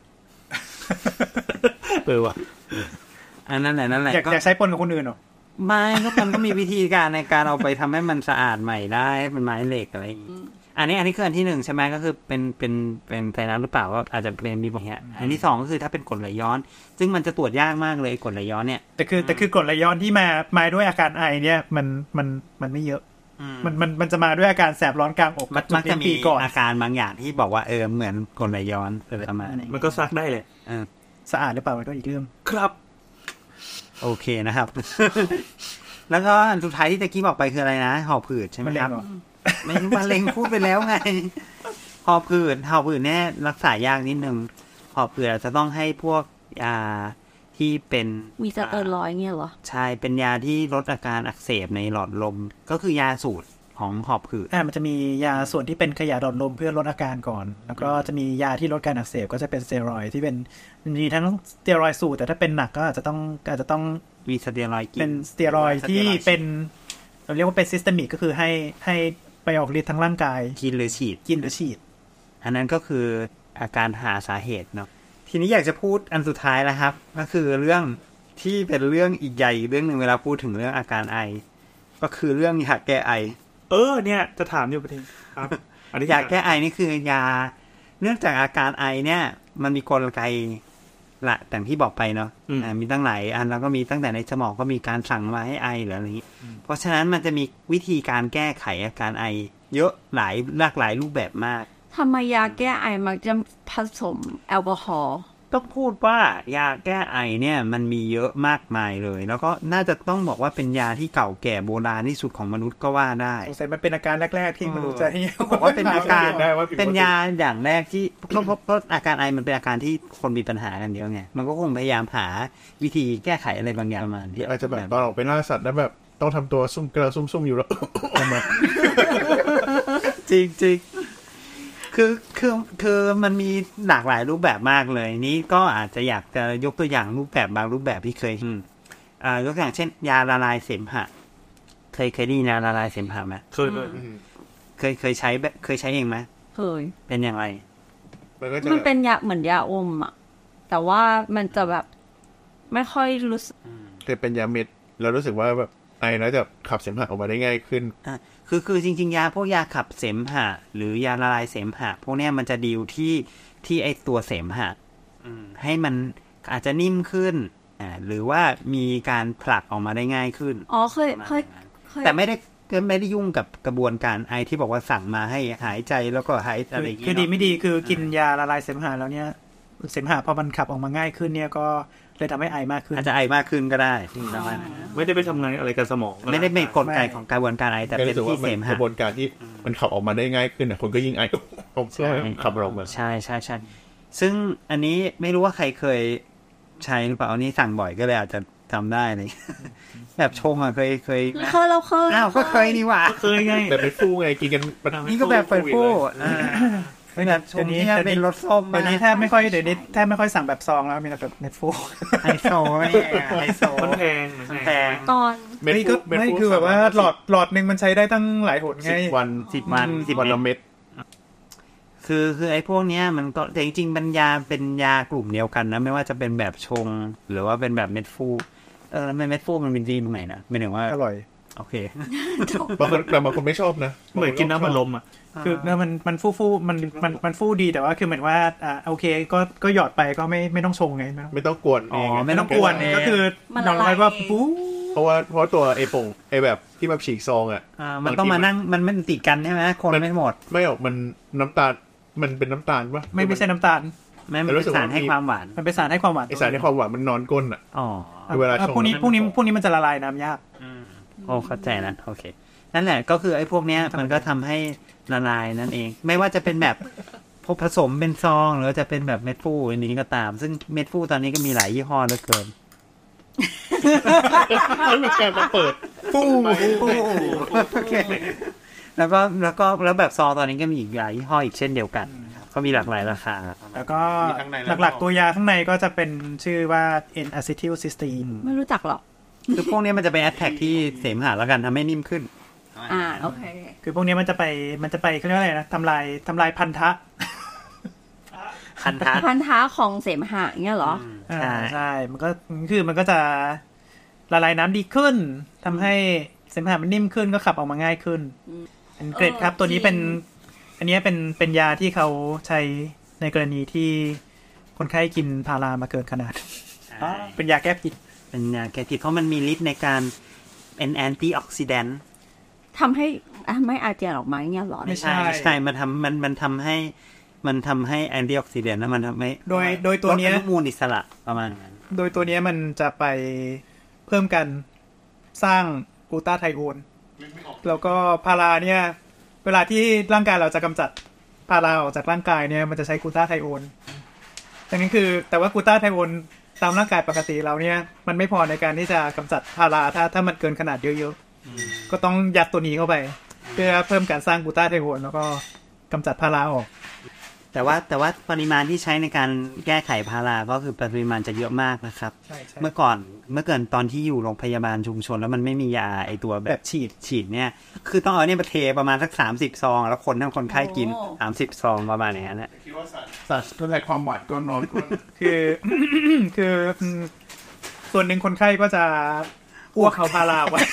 ว่ะนั่นแหละอยากใช้ปนกับคนอื่นหรอไม่ก็มันก็มีวิธีการในการเอาไปทำให้มันสะอาดใหม่ได้เป็นไม้เหล็กอะไรอย่างนี้อันนี้คืออันที่1ใช่ไหมก็คือเป็นไซนัสหรือเปล่าก็อาจจะเป็นมีแบบนี้อันที่2ก็คือถ้าเป็นกรดไหลย้อนซึ่งมันจะตรวจยากมากเลยกรดไหลย้อนเนี่ยแต่คือกรดไหลย้อนที่มาด้วยอาการไอเนี่ยมันไม่เยอะมันจะมาด้วยอาการแสบร้อนกลางอกมักจะมีอาการบางอย่างที่บอกว่าเหมือนกรดไหลย้อนประมาณนี้มันก็ซักได้เลยสะอาดหรือเปล่ามันก็อีกเรื่องครับโอเคนะครับแล้วก็อันสุดท้ายที่ตะกี้บอกไปคืออะไรนะหอบผืดใช่ไหมครับไม่มะเร็งพูดไปแล้วไงหอบผืดเนี่ยรักษายากนิดนึงหอบผืดจะต้องให้พวกยาที่เป็นมีสเตียรอยด์เงี้ยเหรอใช่เป็นยาที่ลดอาการอักเสบในหลอดลมก็คือยาสูตรของหอบผืดมันจะมียาส่วนที่เป็นขยายหลอดลมเพื่อลดอาการก่อนแล้วก็จะมียาที่ลดการอักเสบก็จะเป็นสเตียรอยด์ที่เป็นมีทั้งสเตียรอยด์สูตรแต่ถ้าเป็นหนักก็อาจจะต้องมีสเตียรอยด์เป็นสเตียรอยด์ที่เป็นเราเรียกว่าเป็นซิสเตมิกก็คือให้ไปออกฤทธิ์ทั้งร่างกายกินหรือฉีดอันนั้นก็คืออาการหาสาเหตุเนาะทีนี้อยากจะพูดอันสุดท้ายแล้วครับก็คือเรื่องที่เป็นเรื่องอีกใหญ่เรื่องนึงเวลาพูดถึงเรื่องอาการไอก็คือเรื่องยาแก้ไอเนี่ยจะถามอยู่ประเด็นครับยาแก้ไอนี่คือยาเนื่องจากอาการไอเนี่ยมันมีกลไกละแต่ที่บอกไปเนาะมีตั้งหลายอันแล้วก็มีตั้งแต่ในสมองก็มีการสั่งมาให้ไอหรืออะไรอย่างนี้เพราะฉะนั้นมันจะมีวิธีการแก้ไขอาการไอเยอะหลากหลายรูปแบบมากทำไมยาแก้ไอมักจะผสมแอลกอฮอล์ต้องพูดว่ายาแก้ไอเนี่ยมันมีเยอะมากมายเลยแล้วก็น่าจะต้องบอกว่าเป็นยาที่เก่าแก่โบราณที่สุดของมนุษย์ก็ว่าได้สงสัยมันเป็นอาการแรกๆที่มนุษย์จะบอกว่าเป็นอาการเป็นยาอย่างแรกที่เพราะอาการไอมันเป็นอาการที่คนมีปัญหากันเยอะไงมันก็คงพยายามหาวิธีแก้ไขอะไรบางอย่างประมาณที่อาจจะแบบตอนออกไปล่าสัตว์แล้วแบบต้องทำตัวซุ่มเกลือซุ่มอยู่แล้วมาจริงคือมันมีหลากหลายรูปแบบมากเลยนี้ก็อาจจะอยากจะยกตัวอย่างรูปแบบบางรูปแบบที่เคยยกอย่างเช่นยาละลายเสมหะเคยได้ยินยาละลายเสมหะไหมเคยใช้เองไหมเคยเป็นอย่างไรมันเป็นยาเหมือนยาอมอ่ะแต่ว่ามันจะแบบไม่ค่อยรู้สึกเคยเป็นยาเม็ดแล้วรู้สึกว่าแบบไอแล้วจะขับเสมหะออกมาได้ง่ายขึ้นคือจริงๆยาพวกยาขับเสมหะหรือยาละลายเสมหะพวกนี้มันจะดีลที่ไอตัวเสมหะให้มันอาจจะนิ่มขึ้นหรือว่ามีการผลักออกมาได้ง่ายขึ้นเคยแต่ไม่ได้ยุ่งกับกระบวนการไอที่บอกว่าสั่งมาให้หายใจแล้วก็หายอะไรอย่างเงี้ยคือดีไม่ดีคือกินยาละลายเสมหะแล้วเนี่ยเสมหะพอมันขับออกมาง่ายขึ้นเนี่ยก็เลยทำให้ไอมากขึ้นอาจจะไอมากขึ้นก็ได้ไม่ได้ไปทำงานอะไรกับสมองไม่ได้เป็นกลไกของกระบวนการไอแต่เป็นที่เสมหะกระบวนการที่มันขับออกมาได้ง่ายขึ้นคนก็ยิ่งไอผมช่วยขับออกมาใช่ซึ่งอันนี้ไม่รู้ว่าใครเคยใช้หรือเปล่าอันนี้สั่งบ่อยก็เลยอาจจะจำได้เลยแบบชงเคยเราเคยก็เคยนี่หว่าเคยไงแบบเป็นฟูไงกินกันนี่ก็แบบเป็นฟูแบบชงที่เป็นรสส้มเดี๋ยวนี้แทบไม่ค่อยสั่งแบบซองแล้วมีแต่แบบเม็ดฟูไฮโซเนี่ยไฮโซมันแพงตอนไม่คือแบบว่าหลอดนึงมันใช้ได้ตั้งหลายหนไง 10 วันละเม็ดคือไอ้พวกเนี้ยมันก็แต่จริงๆเป็นยากลุ่มเดียวกันนะไม่ว่าจะเป็นแบบชงหรือว่าเป็นแบบเม็ดฟูแล้วเม็ดฟูมันเป็นดีตรงไหนนะหมายถึงว่าอร่อยโอเคบางคนไม่ชอบนะเหมือนกินน้ำมันลมอ่ะคือมันฟู่มันฟู่ดีแต่ว่าคือเหมือนว่าโอเคก็หยอดไปก็ไม่ต้องชงไงไม่ต้องกวนไม่ต้องกวนก็คือน้องอะไรว่าฟู่เพราะตัวไอ้ป่งไอ้แบบที่แบบฉีกซองอ่ะมันต้องมานั่งมันติดกันใช่ไหมคนไม่หมดไม่ออกมันน้ำตาลมันเป็นน้ำตาลปะไม่ใช่น้ำตาลไม่เป็นสารให้ความหวานมันเป็นสารให้ความหวานไอสารให้ความหวานมันนอนก้นอ่ะเวลาชงพวกนี้มันจะละลายน้ำยากโอ้เข้าใจแล้วโอเคนั่นแหละก็คือไอ้พวกเนี้ยมันก็ทำให้ละลายนั่นเองไม่ว่าจะเป็นแบบผสมเป็นซองหรือจะเป็นแบบเม็ดฟูอันนี้ก็ตามซึ่งเม็ดฟูตอนนี้ก็มีหลายยี่ห้อเหลือเกินแล้วการมาเปิดฟูโอเคแล้วแบบซองตอนนี้ก็มีอีกหลายยี่ห้ออีกเช่นเดียวกันก็มีหลากหลายราคาแล้วก็หลักๆตัวยาข้างในก็จะเป็นชื่อว่า N-acetylcysteine ไม่รู้จักหรอกคือพวกนี้มันจะไปแอทแทกที่เสมหะแล้วกันทำให้นิ่มขึ้นโอเคคือพวกนี้มันจะไปเขาเรียกว่าอะไรนะทำลายพันธะของเสมหะเงี้ยเหรอใช่มันก็จะละลายน้ำดีขึ้นทำให้เสมหะมันนิ่มขึ้นก็ขับออกมาง่ายขึ้นเป็นเกรดครับตัวนี้อันนี้เป็นยาที่เขาใช้ในกรณีที่คนไข้กินพารามาเกินขนาดเป็นยาแก้พิษเป็นยาแก้พิษเพราะมันมีฤทธิ์ในการเป็นแอนตี้ออกซิแดนต์ทำให้ไม่อาเจียนออกมาเงี้ยหรอไม่ใช่มันทำให้แอนตี้ออกซิแดนต์แล้วมันทำให้โดยตัวนี้อนุมูลอิสระประมาณนั้นโดยตัวนี้มันจะไปเพิ่มกันสร้างกลูตาไทโอนแล้วก็พาราเนี่ยเวลาที่ร่างกายเราจะกำจัดพาราออกจากร่างกายเนี่ยมันจะใช้กลูตาไทโอนดังนั้นคือแต่ว่ากลูตาไทโอนตามร่างกายปกติเราเนี่ยมันไม่พอในการที่จะกำจัดพาราถ้ามันเกินขนาดเยอะๆก็ต้องยัดตัวนี้เข้าไปเพื่อเพิ่มการสร้างกลูตาไทโอนแล้วก็กำจัดพาราออกแต่ว่าปริมาณที่ใช้ในการแก้ไขพาราก็คือปริมาณจะเยอะมากนะครับเมื่อก่อนตอนที่อยู่โรงพยาบาลชุมชนแล้วมันไม่มียาไอตัวแบบฉีดเนี่ยคือต้องเอาเนี่ยมาเทประมาณสัก30ซองแล้วคนไข้กิน30ซองประมาณนี้นะคิดว่าสัตว์ตัวแรกความหวานก็นอนคือส่วนหนึ่งคนไข้ก็จะอ้วกเขาพาราไว้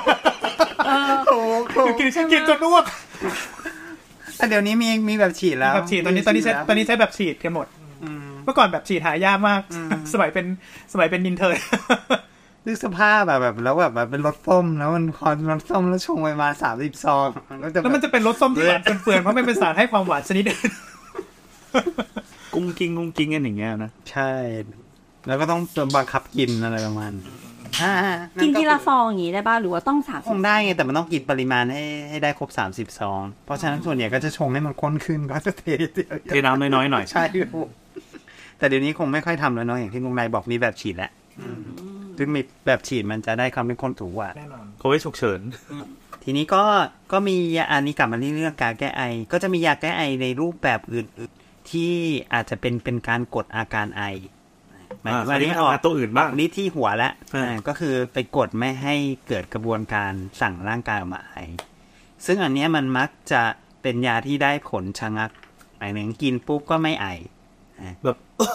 กินจนอ้วกแต่เดี๋ยวนี้มีแบบฉีดแล้วแบบฉีดตอนนี้ใช้แบบฉีดกันหมดเมื่อก่อนแบบฉีดหายากมากสมัยเป็นนินเทอร์นึกสภาพแบบแล้วแบบเป็นรสส้มแล้วมันคอนรสส้มแล้วชงไปมา30ซองแล้วมันจะเป็นรสส้มที่หวานเฟื่อนเพราะมันเป็นสารให้ความหวานชนิดอื่นกุ้งกิ้งกันอย่างเงี้ยนะใช่แล้วก็ต้องบังคับกินอะไรประมาณกินทีละซองอย่างงี้ได้ป่ะหรือว่าต้อง30 คงได้ไงแต่มันต้องกินปริมาณให้ได้ครบ30ซองเพราะฉะนั้นส่วนใหญ่ก็จะชงให้มันข้นขึ้นก็จะเทน้ำน้อยๆหน่อยใช่แต่เดี๋ยวนี้คงไม่ค่อยทำแล้วเนาะอย่างที่ลุงนายบอกมีแบบฉีดแล้วซึ่งมีแบบฉีดมันจะได้ความเป็นข้นถูกกว่าแน่นอนเขาไว้ฉุกเฉินทีนี้ก็มียาอันนี้กลับมาเรื่องการแก้ไอก็จะมียาแก้ไอในรูปแบบอื่นที่อาจจะเป็นการกดอาการไอหมายถึงว่านี่ออกตัวอื่นบ้างนี่ที่หัวแล้วก็คือไปกดไม่ให้เกิดกระบวนการสั่งร่างกายออกมาไอซึ่งอันนี้มันมักจะเป็นยาที่ได้ผลชะงักหมายถึงกินปุ๊บก็ไม่ไอแบบ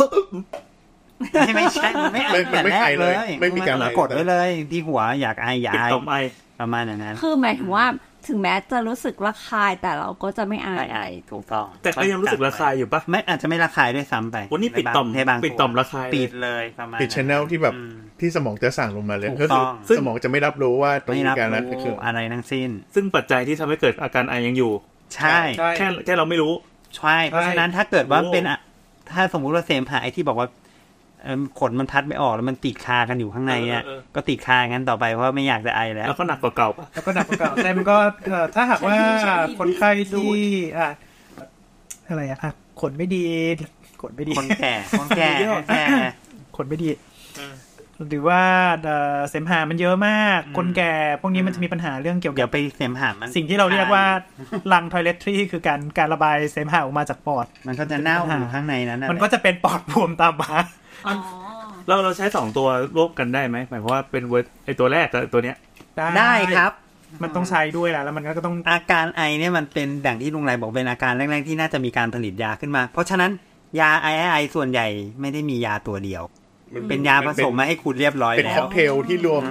ไม่ใช่ไม่ไอแต่แรกเลยไม่มีการกดไว้เลยที่หัวอยากไออยากไอประมาณนั้นคือหมายถึงว่าถึงแม้จะรู้สึกระคายแต่เราก็จะไม่ไอถูกต้องแต่ก็ยังรู้สึกระคายอยู่ปะไม่อาจจะไม่ระคายด้วยซ้ำไปวันนี้ปิดต่อมระคายปิดเลยประมาณปิด channel ที่แบบที่สมองจะสั่งลงมาเลยก็คือสมองจะไม่รับรู้ว่าตรงการนั้นคืออะไรทั้งสิ้นซึ่งปัจจัยที่ทำให้เกิดอาการไอยังอยู่ใช่แค่เราไม่รู้ใช่เพราะฉะนั้นถ้าเกิดว่าเป็นถ้าสมมุติว่าเสมหะไอที่บอกว่าขนมันพัดไม่ออกแล้วมันติดคากันอยู่ข้างในเนี่ยก็ติดคางั้นต่อไปเพราะไม่อยากจะไอแล้วก็หนักกว่าเก่าแล้วก็หนักกว่าเก่าแต่มันก็ถ้าหากว่าคนไข้ที่อะไรขนไม่ดีคนแก่ขนไม่ดีหรือว่าเสมหะมันเยอะมากคนแก่พวกนี้มันจะมีปัญหาเรื่องเกี่ยวกับไปเสมหะมันสิ่งที่เราเรียกว่าลังทอยเลททรีคือการระบายเสมหะออกมาจากปอดมันก็จะเน่าอยู่ข้างในนั้นมันก็จะเป็นปอดบวมตามมาเราใช้2ตัวร่วมกันได้ไหมหมายความว่าเป็นไอตัวแรกกับตัวเนี้ยได้ครับมันต้องใช้ด้วยแหละแล้วมันก็ต้องอาการไอเนี่ยมันเป็นดังที่ลุงไรบอกเป็นอาการแรกๆที่น่าจะมีการผลิตยาขึ้นมาเพราะฉะนั้นยาไอส่วนใหญ่ไม่ได้มียาตัวเดียวเป็นยาผสมมาให้คุณเรียบร้อยแล้วเป็นค็อกเทลที่รวม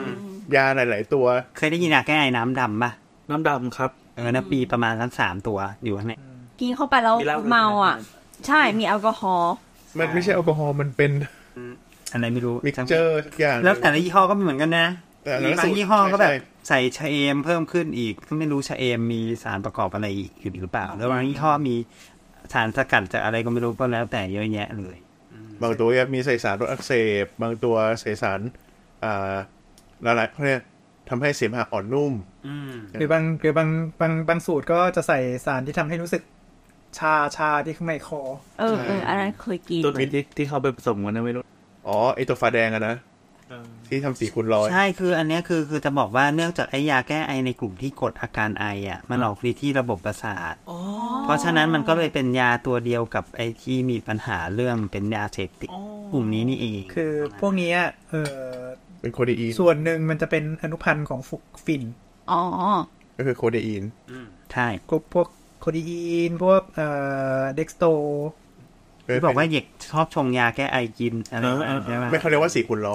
ยาหลายๆตัวเคยได้ยินยาแก้ไอน้ำดำป่ะน้ำดำครับนะปีประมาณทั้ง3 ตัวอยู่ข้างในกินเข้าไปแล้วเมาอ่ะใช่มีแอลกอฮอล์มันไม่ใช่แอลกอฮอล์มันเป็นอะไรไม่รู้มิกเจอร์ทุกอย่างแล้วแต่ละยี่ห้อก็ไม่เหมือนกันนะบางยี่ห้อก็แบบใส่ชะเอมเพิ่มขึ้นอีกไม่รู้ชะเอมมีสารประกอบอะไรอีกหรือเปล่าแล้วบางยี่ห้อมีสารสกัดจากอะไรก็ไม่รู้ก็แล้วแต่เยอะแยะเลยบางตัวมีใส่สารลดอักเสบบางตัวใส่สารละลายเขาเรียกทำให้เสมหะอ่อนนุ่มหรือบางสูตรก็จะใส่สารที่ทำให้รู้สึกชาที่ข้างในคออันนั้นเคยกินตัวที่เขาไปผสมกันนะไม่รู้ไอตัวฟ้าแดงอะนะที่ทำ4x100 ใช่คืออันนี้คือจะบอกว่าเนื่องจากไอยาแก้ไอในกลุ่มที่กดอาการไออ่ะมันออกฤทธิ์ที่ระบบประสาทเพราะฉะนั้นมันก็เลยเป็นยาตัวเดียวกับไอที่มีปัญหาเรื่องเป็นยาเสพติดกลุ่มนี้นี่เองคือพวกนี้เป็นโคเดอีนส่วนหนึ่งมันจะเป็นอนุพันธ์ของฟินก็คือโคเดอีนใช่พวกโคเดอีนพวกเด็กสโตที่บอกว่าเด็กชอบชงยาแก้ไอกินอะไรใช่ไหมไม่เขาเรียกว่า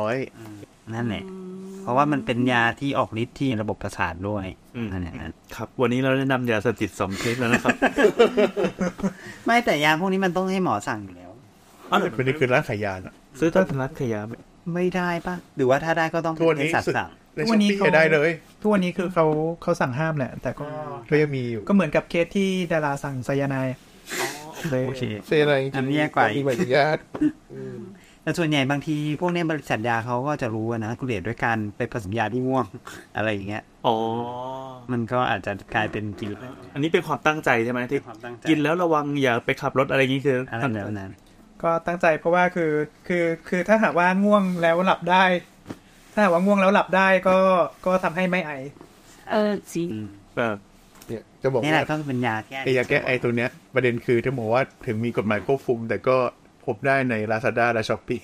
4x100 นั่นแหละเพราะว่ามันเป็นยาที่ออกฤทธิ์ที่ระบบประสาทด้วยนั่นครับวันนี้เราได้นำยาเสพติด2 ชนิดแล้วนะครับไม่แต่ยาพวกนี้มันต้องให้หมอสั่งอยู่แล้ววันนี้คือร้านขายยาซื้อตามร้านขายยาไม่ได้ป่ะหรือว่าถ้าได้ก็ต้องเป็นสัตว์สั่งทุกวันนี้เขาได้เลยทุกวันนี้คือเขาสั่งห้ามแหละแต่ก็ยังมีอยู่ก็เหมือนกับเคสที่ดาราสั่งไซยาไนด์โอเคเซอะไรอันนี้แย่กว่าอีกแบบญาติแต่ส่วนใหญ่บางทีพวกนี้บริษัทยาเขาก็จะรู้นะกุเลตด้วยการไปผสมยาที่ง่วงอะไรอย่างเงี้ยมันก็อาจจะกลายเป็นกินอันนี้เป็นความตั้งใจใช่ไหมที่กินแล้วระวังอย่าไปขับรถอะไรอย่างงี้คืออะไรแบบนั้นก็ตั้งใจเพราะว่าคือถ้าหากว่าง่วงแล้วหลับได้ถ้าหากว่าง่วงแล้วหลับได้ก็ทำให้ไม่ไอจริงเนี่ยจะบอกนี่แหละก็เป็นยาแก้ยาแก้ไอตัวเนี้ยประเด็นคือที่บอกว่าถึงมีกฎหมายควบคุมแต่ก็พบได้ใน Lazada และ Shopee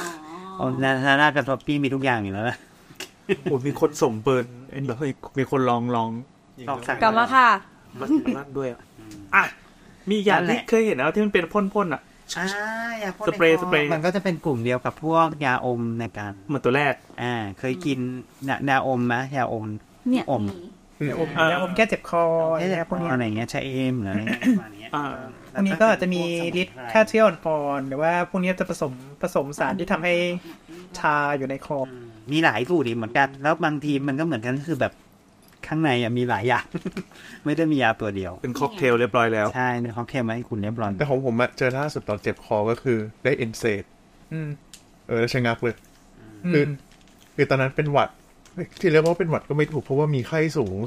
Lazada กับ Shopee มีทุกอย่างอยู่แล้วนะโอ้มีคนส่งเปิดแบบมีคนลองกลับมาค่ะลั่นด้วยมียาที่เคยเห็นแล้วที่มันเป็นพ่นๆยาพ่นสเปรย์มันก็จะเป็นกลุ่มเดียวกับพวกยาอมในการเหมือนตัวแรกเคยกินยาอมไหมยาอมเนี่ยอมแก้เจ็บคอพวกนี้อะไรเงี้ยชะเอมหรืออะไรประมาณนี้พวกนี้ก็อาจจะมีฤทธิ์ฆ่าเชื้ออ่อนๆหรือว่าพวกนี้จะผสมสารที่ทำให้ชาอยู่ในคอมีหลายสูตรเหมือนกันแล้วบางทีมันก็เหมือนกันคือแบบข้างในมีหลายอย่างไม่ได้มียาตัวเดียวเป็นค็อกเทลเรียบร้อยแล้วใช่เป็นค็อกเทลมาให้คุณเรียบร้อยแต่ของผมเจอล่าสุดตอนเจ็บคอก็คือได้เอนเซดแล้วชะงักเลยคือตอนนั้นเป็นหวัดที่เรียกว่าเป็นหวัดก็ไม่ถูกเพราะว่ามีไข้สูง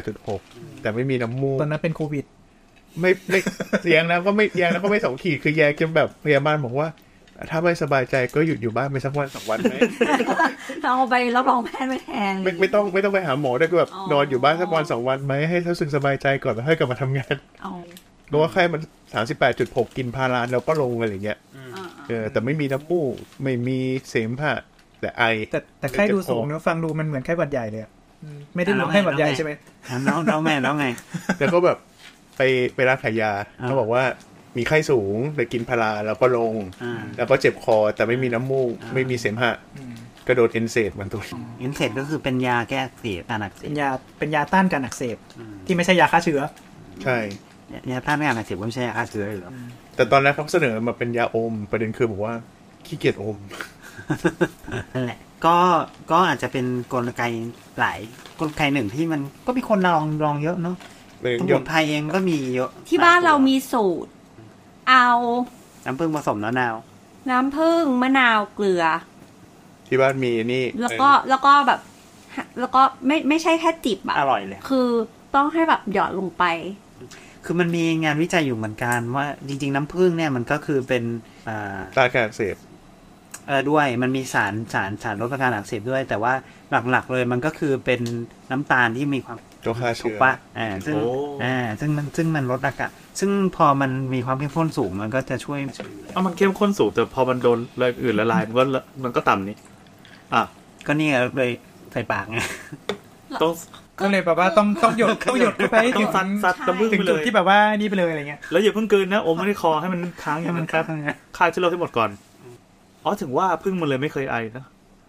38.6 แต่ไม่มีน้ำมูกตอนนั้นเป็นโควิดไม่แยงแล้วก็ไม่2 ขีดคือแยงจนแบบพยาบาลบอกว่าถ้าไม่สบายใจก็หยุดอยู่บ้านไปสักวัน2 วันไหมเอาไปรับรองแพทย์ไม่แทนไม่ต้องไปหาหมอได้ก็แบบนอนอยู่บ้านสักวัน2 วันไหมให้รู้สึกสบายใจก่อนแล้วค่อยกลับมาทำงานเพราะว่าไข้มัน 38.6 กินพาราแล้วก็ลงอะไรอย่างเงี้ยแต่ไม่มีน้ำมูกไม่มีเสมหะแต่ไอแต่ไข้ดูสูงนะฟังดูมันเหมือนไข้หวัดใหญ่เลยไม่ได้รู้ไข้หวัดใหญ่ใช่ไหมน้องแม่แล้วไงแล้วก็แบบไปร้านขายยาเขาบอกว่ามีไข้สูงเลยกินพาราแล้วก็ลงแล้วก็เจ็บคอแต่ไม่มีน้ำมูกไม่มีเสมหะกระโดดเอนเซดมันตัวเอนเซดก็คือเป็นยาแก้อักเสบการอักเสบเป็นยาต้านการอักเสบที่ไม่ใช่ยาฆ่าเชื้อใช่ยาต้านการอักเสบก็ไม่ใช่ยาฆ่าเชื้อหรอแต่ตอนแรกเขาเสนอมาเป็นยาอมประเด็นคือบอกว่าขี้เกียจอมนั่นแหละก็อาจจะเป็นกลไกหลายกลไกหนึ่งที่มันก็มีคนลองเยอะเนาะสมุนไพรเองก็มีเยอะที่บ้านเรามีสูตรเอาน้ำผึ้งผสมมะนาวน้ำผึ้งมะนาวเกลือที่บ้านมีนี่แล้วก็แบบแล้วก็ไม่ใช่แค่จิบอะอร่อยเลยคือต้องให้แบบหยอดลงไปคือมันมีงานวิจัยอยู่เหมือนกันว่าจริงๆน้ำผึ้งเนี่ยมันก็คือเป็นต้านการอักเสบด้วยมันมีสารลดการอักเสบด้วยแต่ว่าหลักๆเลยมันก็คือเป็นน้ำตาลที่มีความตัวฆ่าเชื้อซึ่งมันลดอาการซึ่งพอมันมีความเข้มข้นสูงมันก็จะช่วยมันเข้มข้นสูงแต่พอมันโดนอะไรอื่นละลายมันก็ต่ำนี่ก็นี่เลยใส่ปากไงต้องก็เลยแบบว่าต้องหยดไปต้องซัดน้ำผึ้งไปเลยที่แบบว่านี่ไปเลยอะไรเงี้ยแล้วอย่าเพิ่งกลืนนะอมไม่ได้คอให้มันค้างอย่างนั้นครับฆ่าเชื้อโรคให้หมดก่อนถึงว่าพึ่งมันเลยไม่เคยไอนะ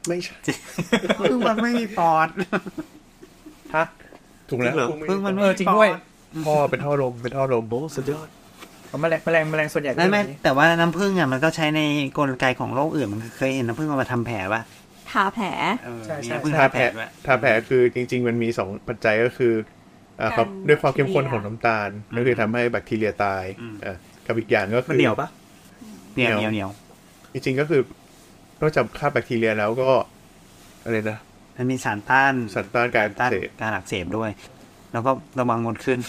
ไม่ใช่พึ่งมันไม่มีปอดฮะถูกแล้วพึ่งมันจริงด้วยพ่อเป็นท่อลมโอ้สุดยอดแมลงส่วนใหญ่ไม่แต่ว่าน้ำผึ้งอ่ะมันก็ใช้ในกลไกของโรคอื่นมันเคยเห็นน้ำผึ้งเอามาทำแผลป่ะทาแผลใช่ทาแผลคือจริงๆมันมี2ปัจจัยก็คือครับด้วยความเข้มข้นของน้ำตาลนั่นคือทำให้แบคทีเรียตายกับอีกอย่างก็คือเหนียวปะเหนียวจริงๆก็คือนอกจากฆ่าแบคทีเรียแล้วก็อะไรนะมันมีสารต้านการอักเสบด้วยแล้วก็ระวังมดขึ้น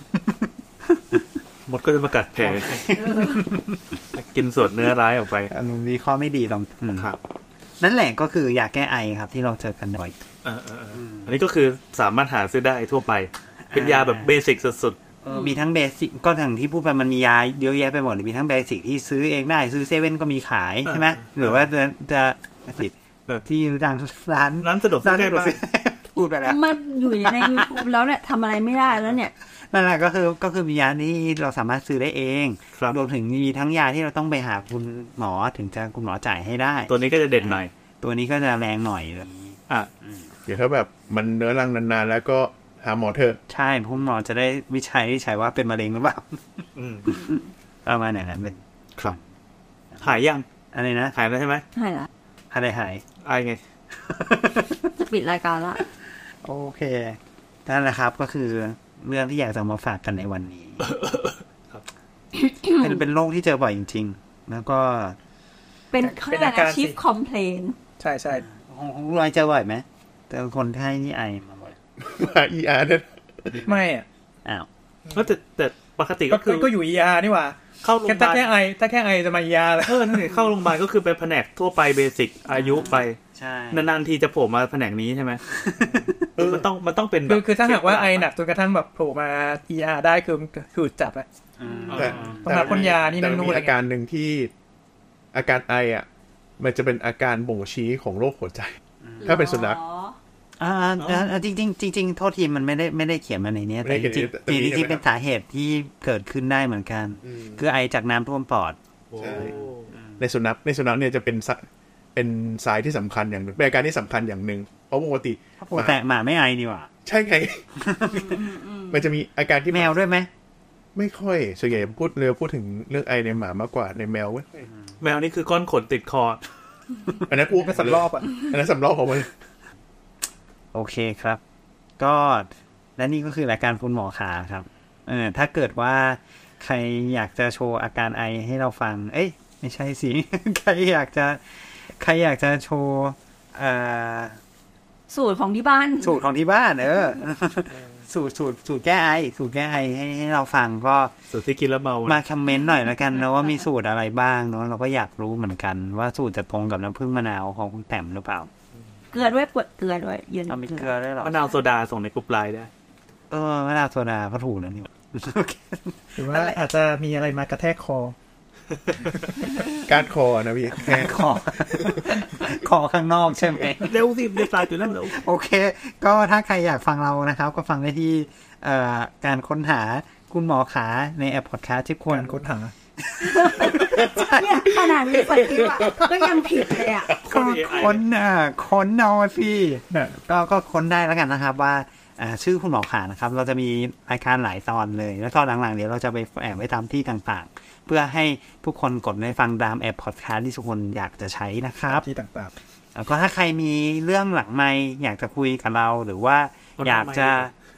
มดก็จะมากัดแผลกินส่วนเนื้อร้ายออกไปอันนี้ข้อไม่ดีตรงครับนั่นแหละก็คือยาแก้ไอครับที่เราเจอกันบ่อยอันนี้ก็คือสามารถหาซื้อได้ทั่วไปเป็นยาแบบเบสิกสุดๆมีทั้งเบสิกก็อย่างที่พูดไปมันมียาเยอะแยะไปหมดมีทั้งเบสิกที่ซื้อเองได้ซื้อเซเว่นก็มีขายใช่ไหมหรือว่าจะติดที่ร้านสะดวกซื้อพูดไปแล้วมันอยู่ใน YouTube แล้วเนี่ยทำอะไรไม่ได้แล้วเนี่ยนั่นแหละก็คือมียาที่เราสามารถซื้อได้เองรวมถึงมีทั้งยาที่เราต้องไปหาคุณหมอถึงจะคุณหมอจ่ายให้ได้ตัวนี้ก็จะเด่นหน่อยตัวนี้ก็จะแรงหน่อยเดี๋ยวถ้าแบบมันเนื้อรังนานๆแล้วก็หาหมอเถอะใช่คุณหมอจะได้วิจัยว่าเป็นมะเร็งหรือเปล่าประมาณอย่างนั้นเป็นครับหายยังอะไรนะหายแล้วใช่ไหมหายละอะไรหายไงจะปิดรายการละโอเคนั่นแหละครับก็คือเรื่องที่อยากจะมาฝากกันในวันนี้เป็นโรคที่เจอบ่อยจริงๆแล้วก็เป็นอาชีพคอมเพลนใช่ของรอยเจอบ่อยไหมแต่คนไข้นี่ไอมาบ่อยมาER เนี่ยไม่อ่ะอ้าวแต่ปกติก็คือก็อยู่ ER นี่หว่าเข้าโรงพยาบาลถ้าแค่ไอจะมา ER เลยนั่นเองเข้าโรงพยาบาลก็คือเป็นแผนกทั่วไปเบสิกอายุไปใช่นานๆทีจะโผล่มาแผนกนี้ใช่ไหมมันต้องเป็นคือถ้าหากว่าไอหนักจนกระทั่งแบบโผล่มา ER ได้คือจับอ่ะต้องหาพ่นยานี่นั่นนู่นอาการหนึ่งที่อาการไออ่ะมันจะเป็นอาการบ่งชี้ของโรคหัวใจถ้าเป็นสุนัขจริงโทษทีมันไม่ได้เขียนมาในนี้แต่จริงเป็นสาเหตุที่เกิดขึ้นได้เหมือนกันคือไอจากน้ำท่วมปอดในสุนัขเนี่ยจะเป็นสายที่สำคัญอย่างหนึ่งเป็นอาการที่สำคัญอย่างหนึ่งเพราะปกติแต่หมาไม่ไอดีกว่าใช่ไงมันจะมีอาการที่แมวด้วยไหมไม่ค่อยส่วนใหญ่พูดถึงเรื่องไอในหมามากกว่าในแมวแมวนี่คือก้อนขนติดคออันนั้นกูก็สำรอบอ่ะอันนั้นสำรอบของมันโอเคครับก็และนี่ก็คือรายการคุณหมอขาครับถ้าเกิดว่าใครอยากจะโชว์อาการไอให้เราฟังไม่ใช่สิใครอยากจะโชว์สูตรของที่บ้านสูตรแก้ไอให้เราฟังก็สูตรที่กินแล้วเมามาคอมเมนต์หน่อยแล้วกันนะว่ามีสูตรอะไรบ้างเนาะเราก็อยากรู้เหมือนกันว่าสูตรจะตรงกับน้ำผึ้งมะนาวของคุณแต้มหรือเปล่าเกลือด้วยเกลือด้วยยืนมีเกลือได้หรอมะนาวโซดาส่งในกลุ่มไลน์ได้มะนาวโซดาก็ถูกแล้วนี่หรือว่าอาจจะมีอะไรมากระแทกคอการคอนะพี่แค่คอข้างนอกใช่ไหมเร็วสิเดี๋ยวตายอยู่นั่นเร็วโอเคก็ถ้าใครอยากฟังเรานะครับก็ฟังได้ที่การค้นหาคุณหมอขาในแอปพอดคาสต์ที่ควรค้นหาเนี่ยขนาดมีไฟที่ว่าก็ยังผิดเลยอ่ะค้นเอาสิก็ค้นได้แล้วกันนะครับว่าชื่อคุณหมอขานะครับเราจะมีรายการหลายตอนเลยแล้วตอนหลังๆเดี๋ยวเราจะไปแอบไว้ตามที่ต่างๆเพื่อให้ทุกคนกดได้ฟังตามแอปพอดคาสต์ที่ทุกคนอยากจะใช้นะครับที่ต่างๆแล้วก็ถ้าใครมีเรื่องหลังไมค์อยากจะคุยกับเราหรือว่าอยากจะ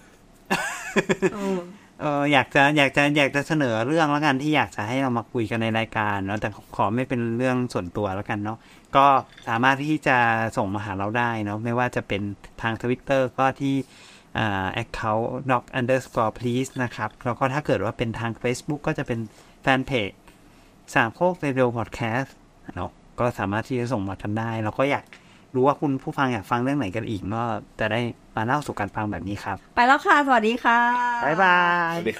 อยากจะเสนอเรื่องแล้วกันที่อยากจะให้เรามาคุยกันในรายการเนาะแต่ขอไม่เป็นเรื่องส่วนตัวแล้วกันเนาะก็สามารถที่จะส่งมาหาเราได้เนาะไม่ว่าจะเป็นทาง Twitter ก็ที่account knock_please นะครับแล้วก็ถ้าเกิดว่าเป็นทาง Facebook ก็จะเป็นแฟนเพจสามโคกเรดิโอพอดแคสต์เนาะก็สามารถที่จะส่งมากันได้เราก็อยากรู้ว่าคุณผู้ฟังอยากฟังเรื่องไหนกันอีกก็จะได้มาเล่าสู่กันฟังแบบนี้ครับไปแล้วค่ะสวัสดีค่ะบ๊ายบาย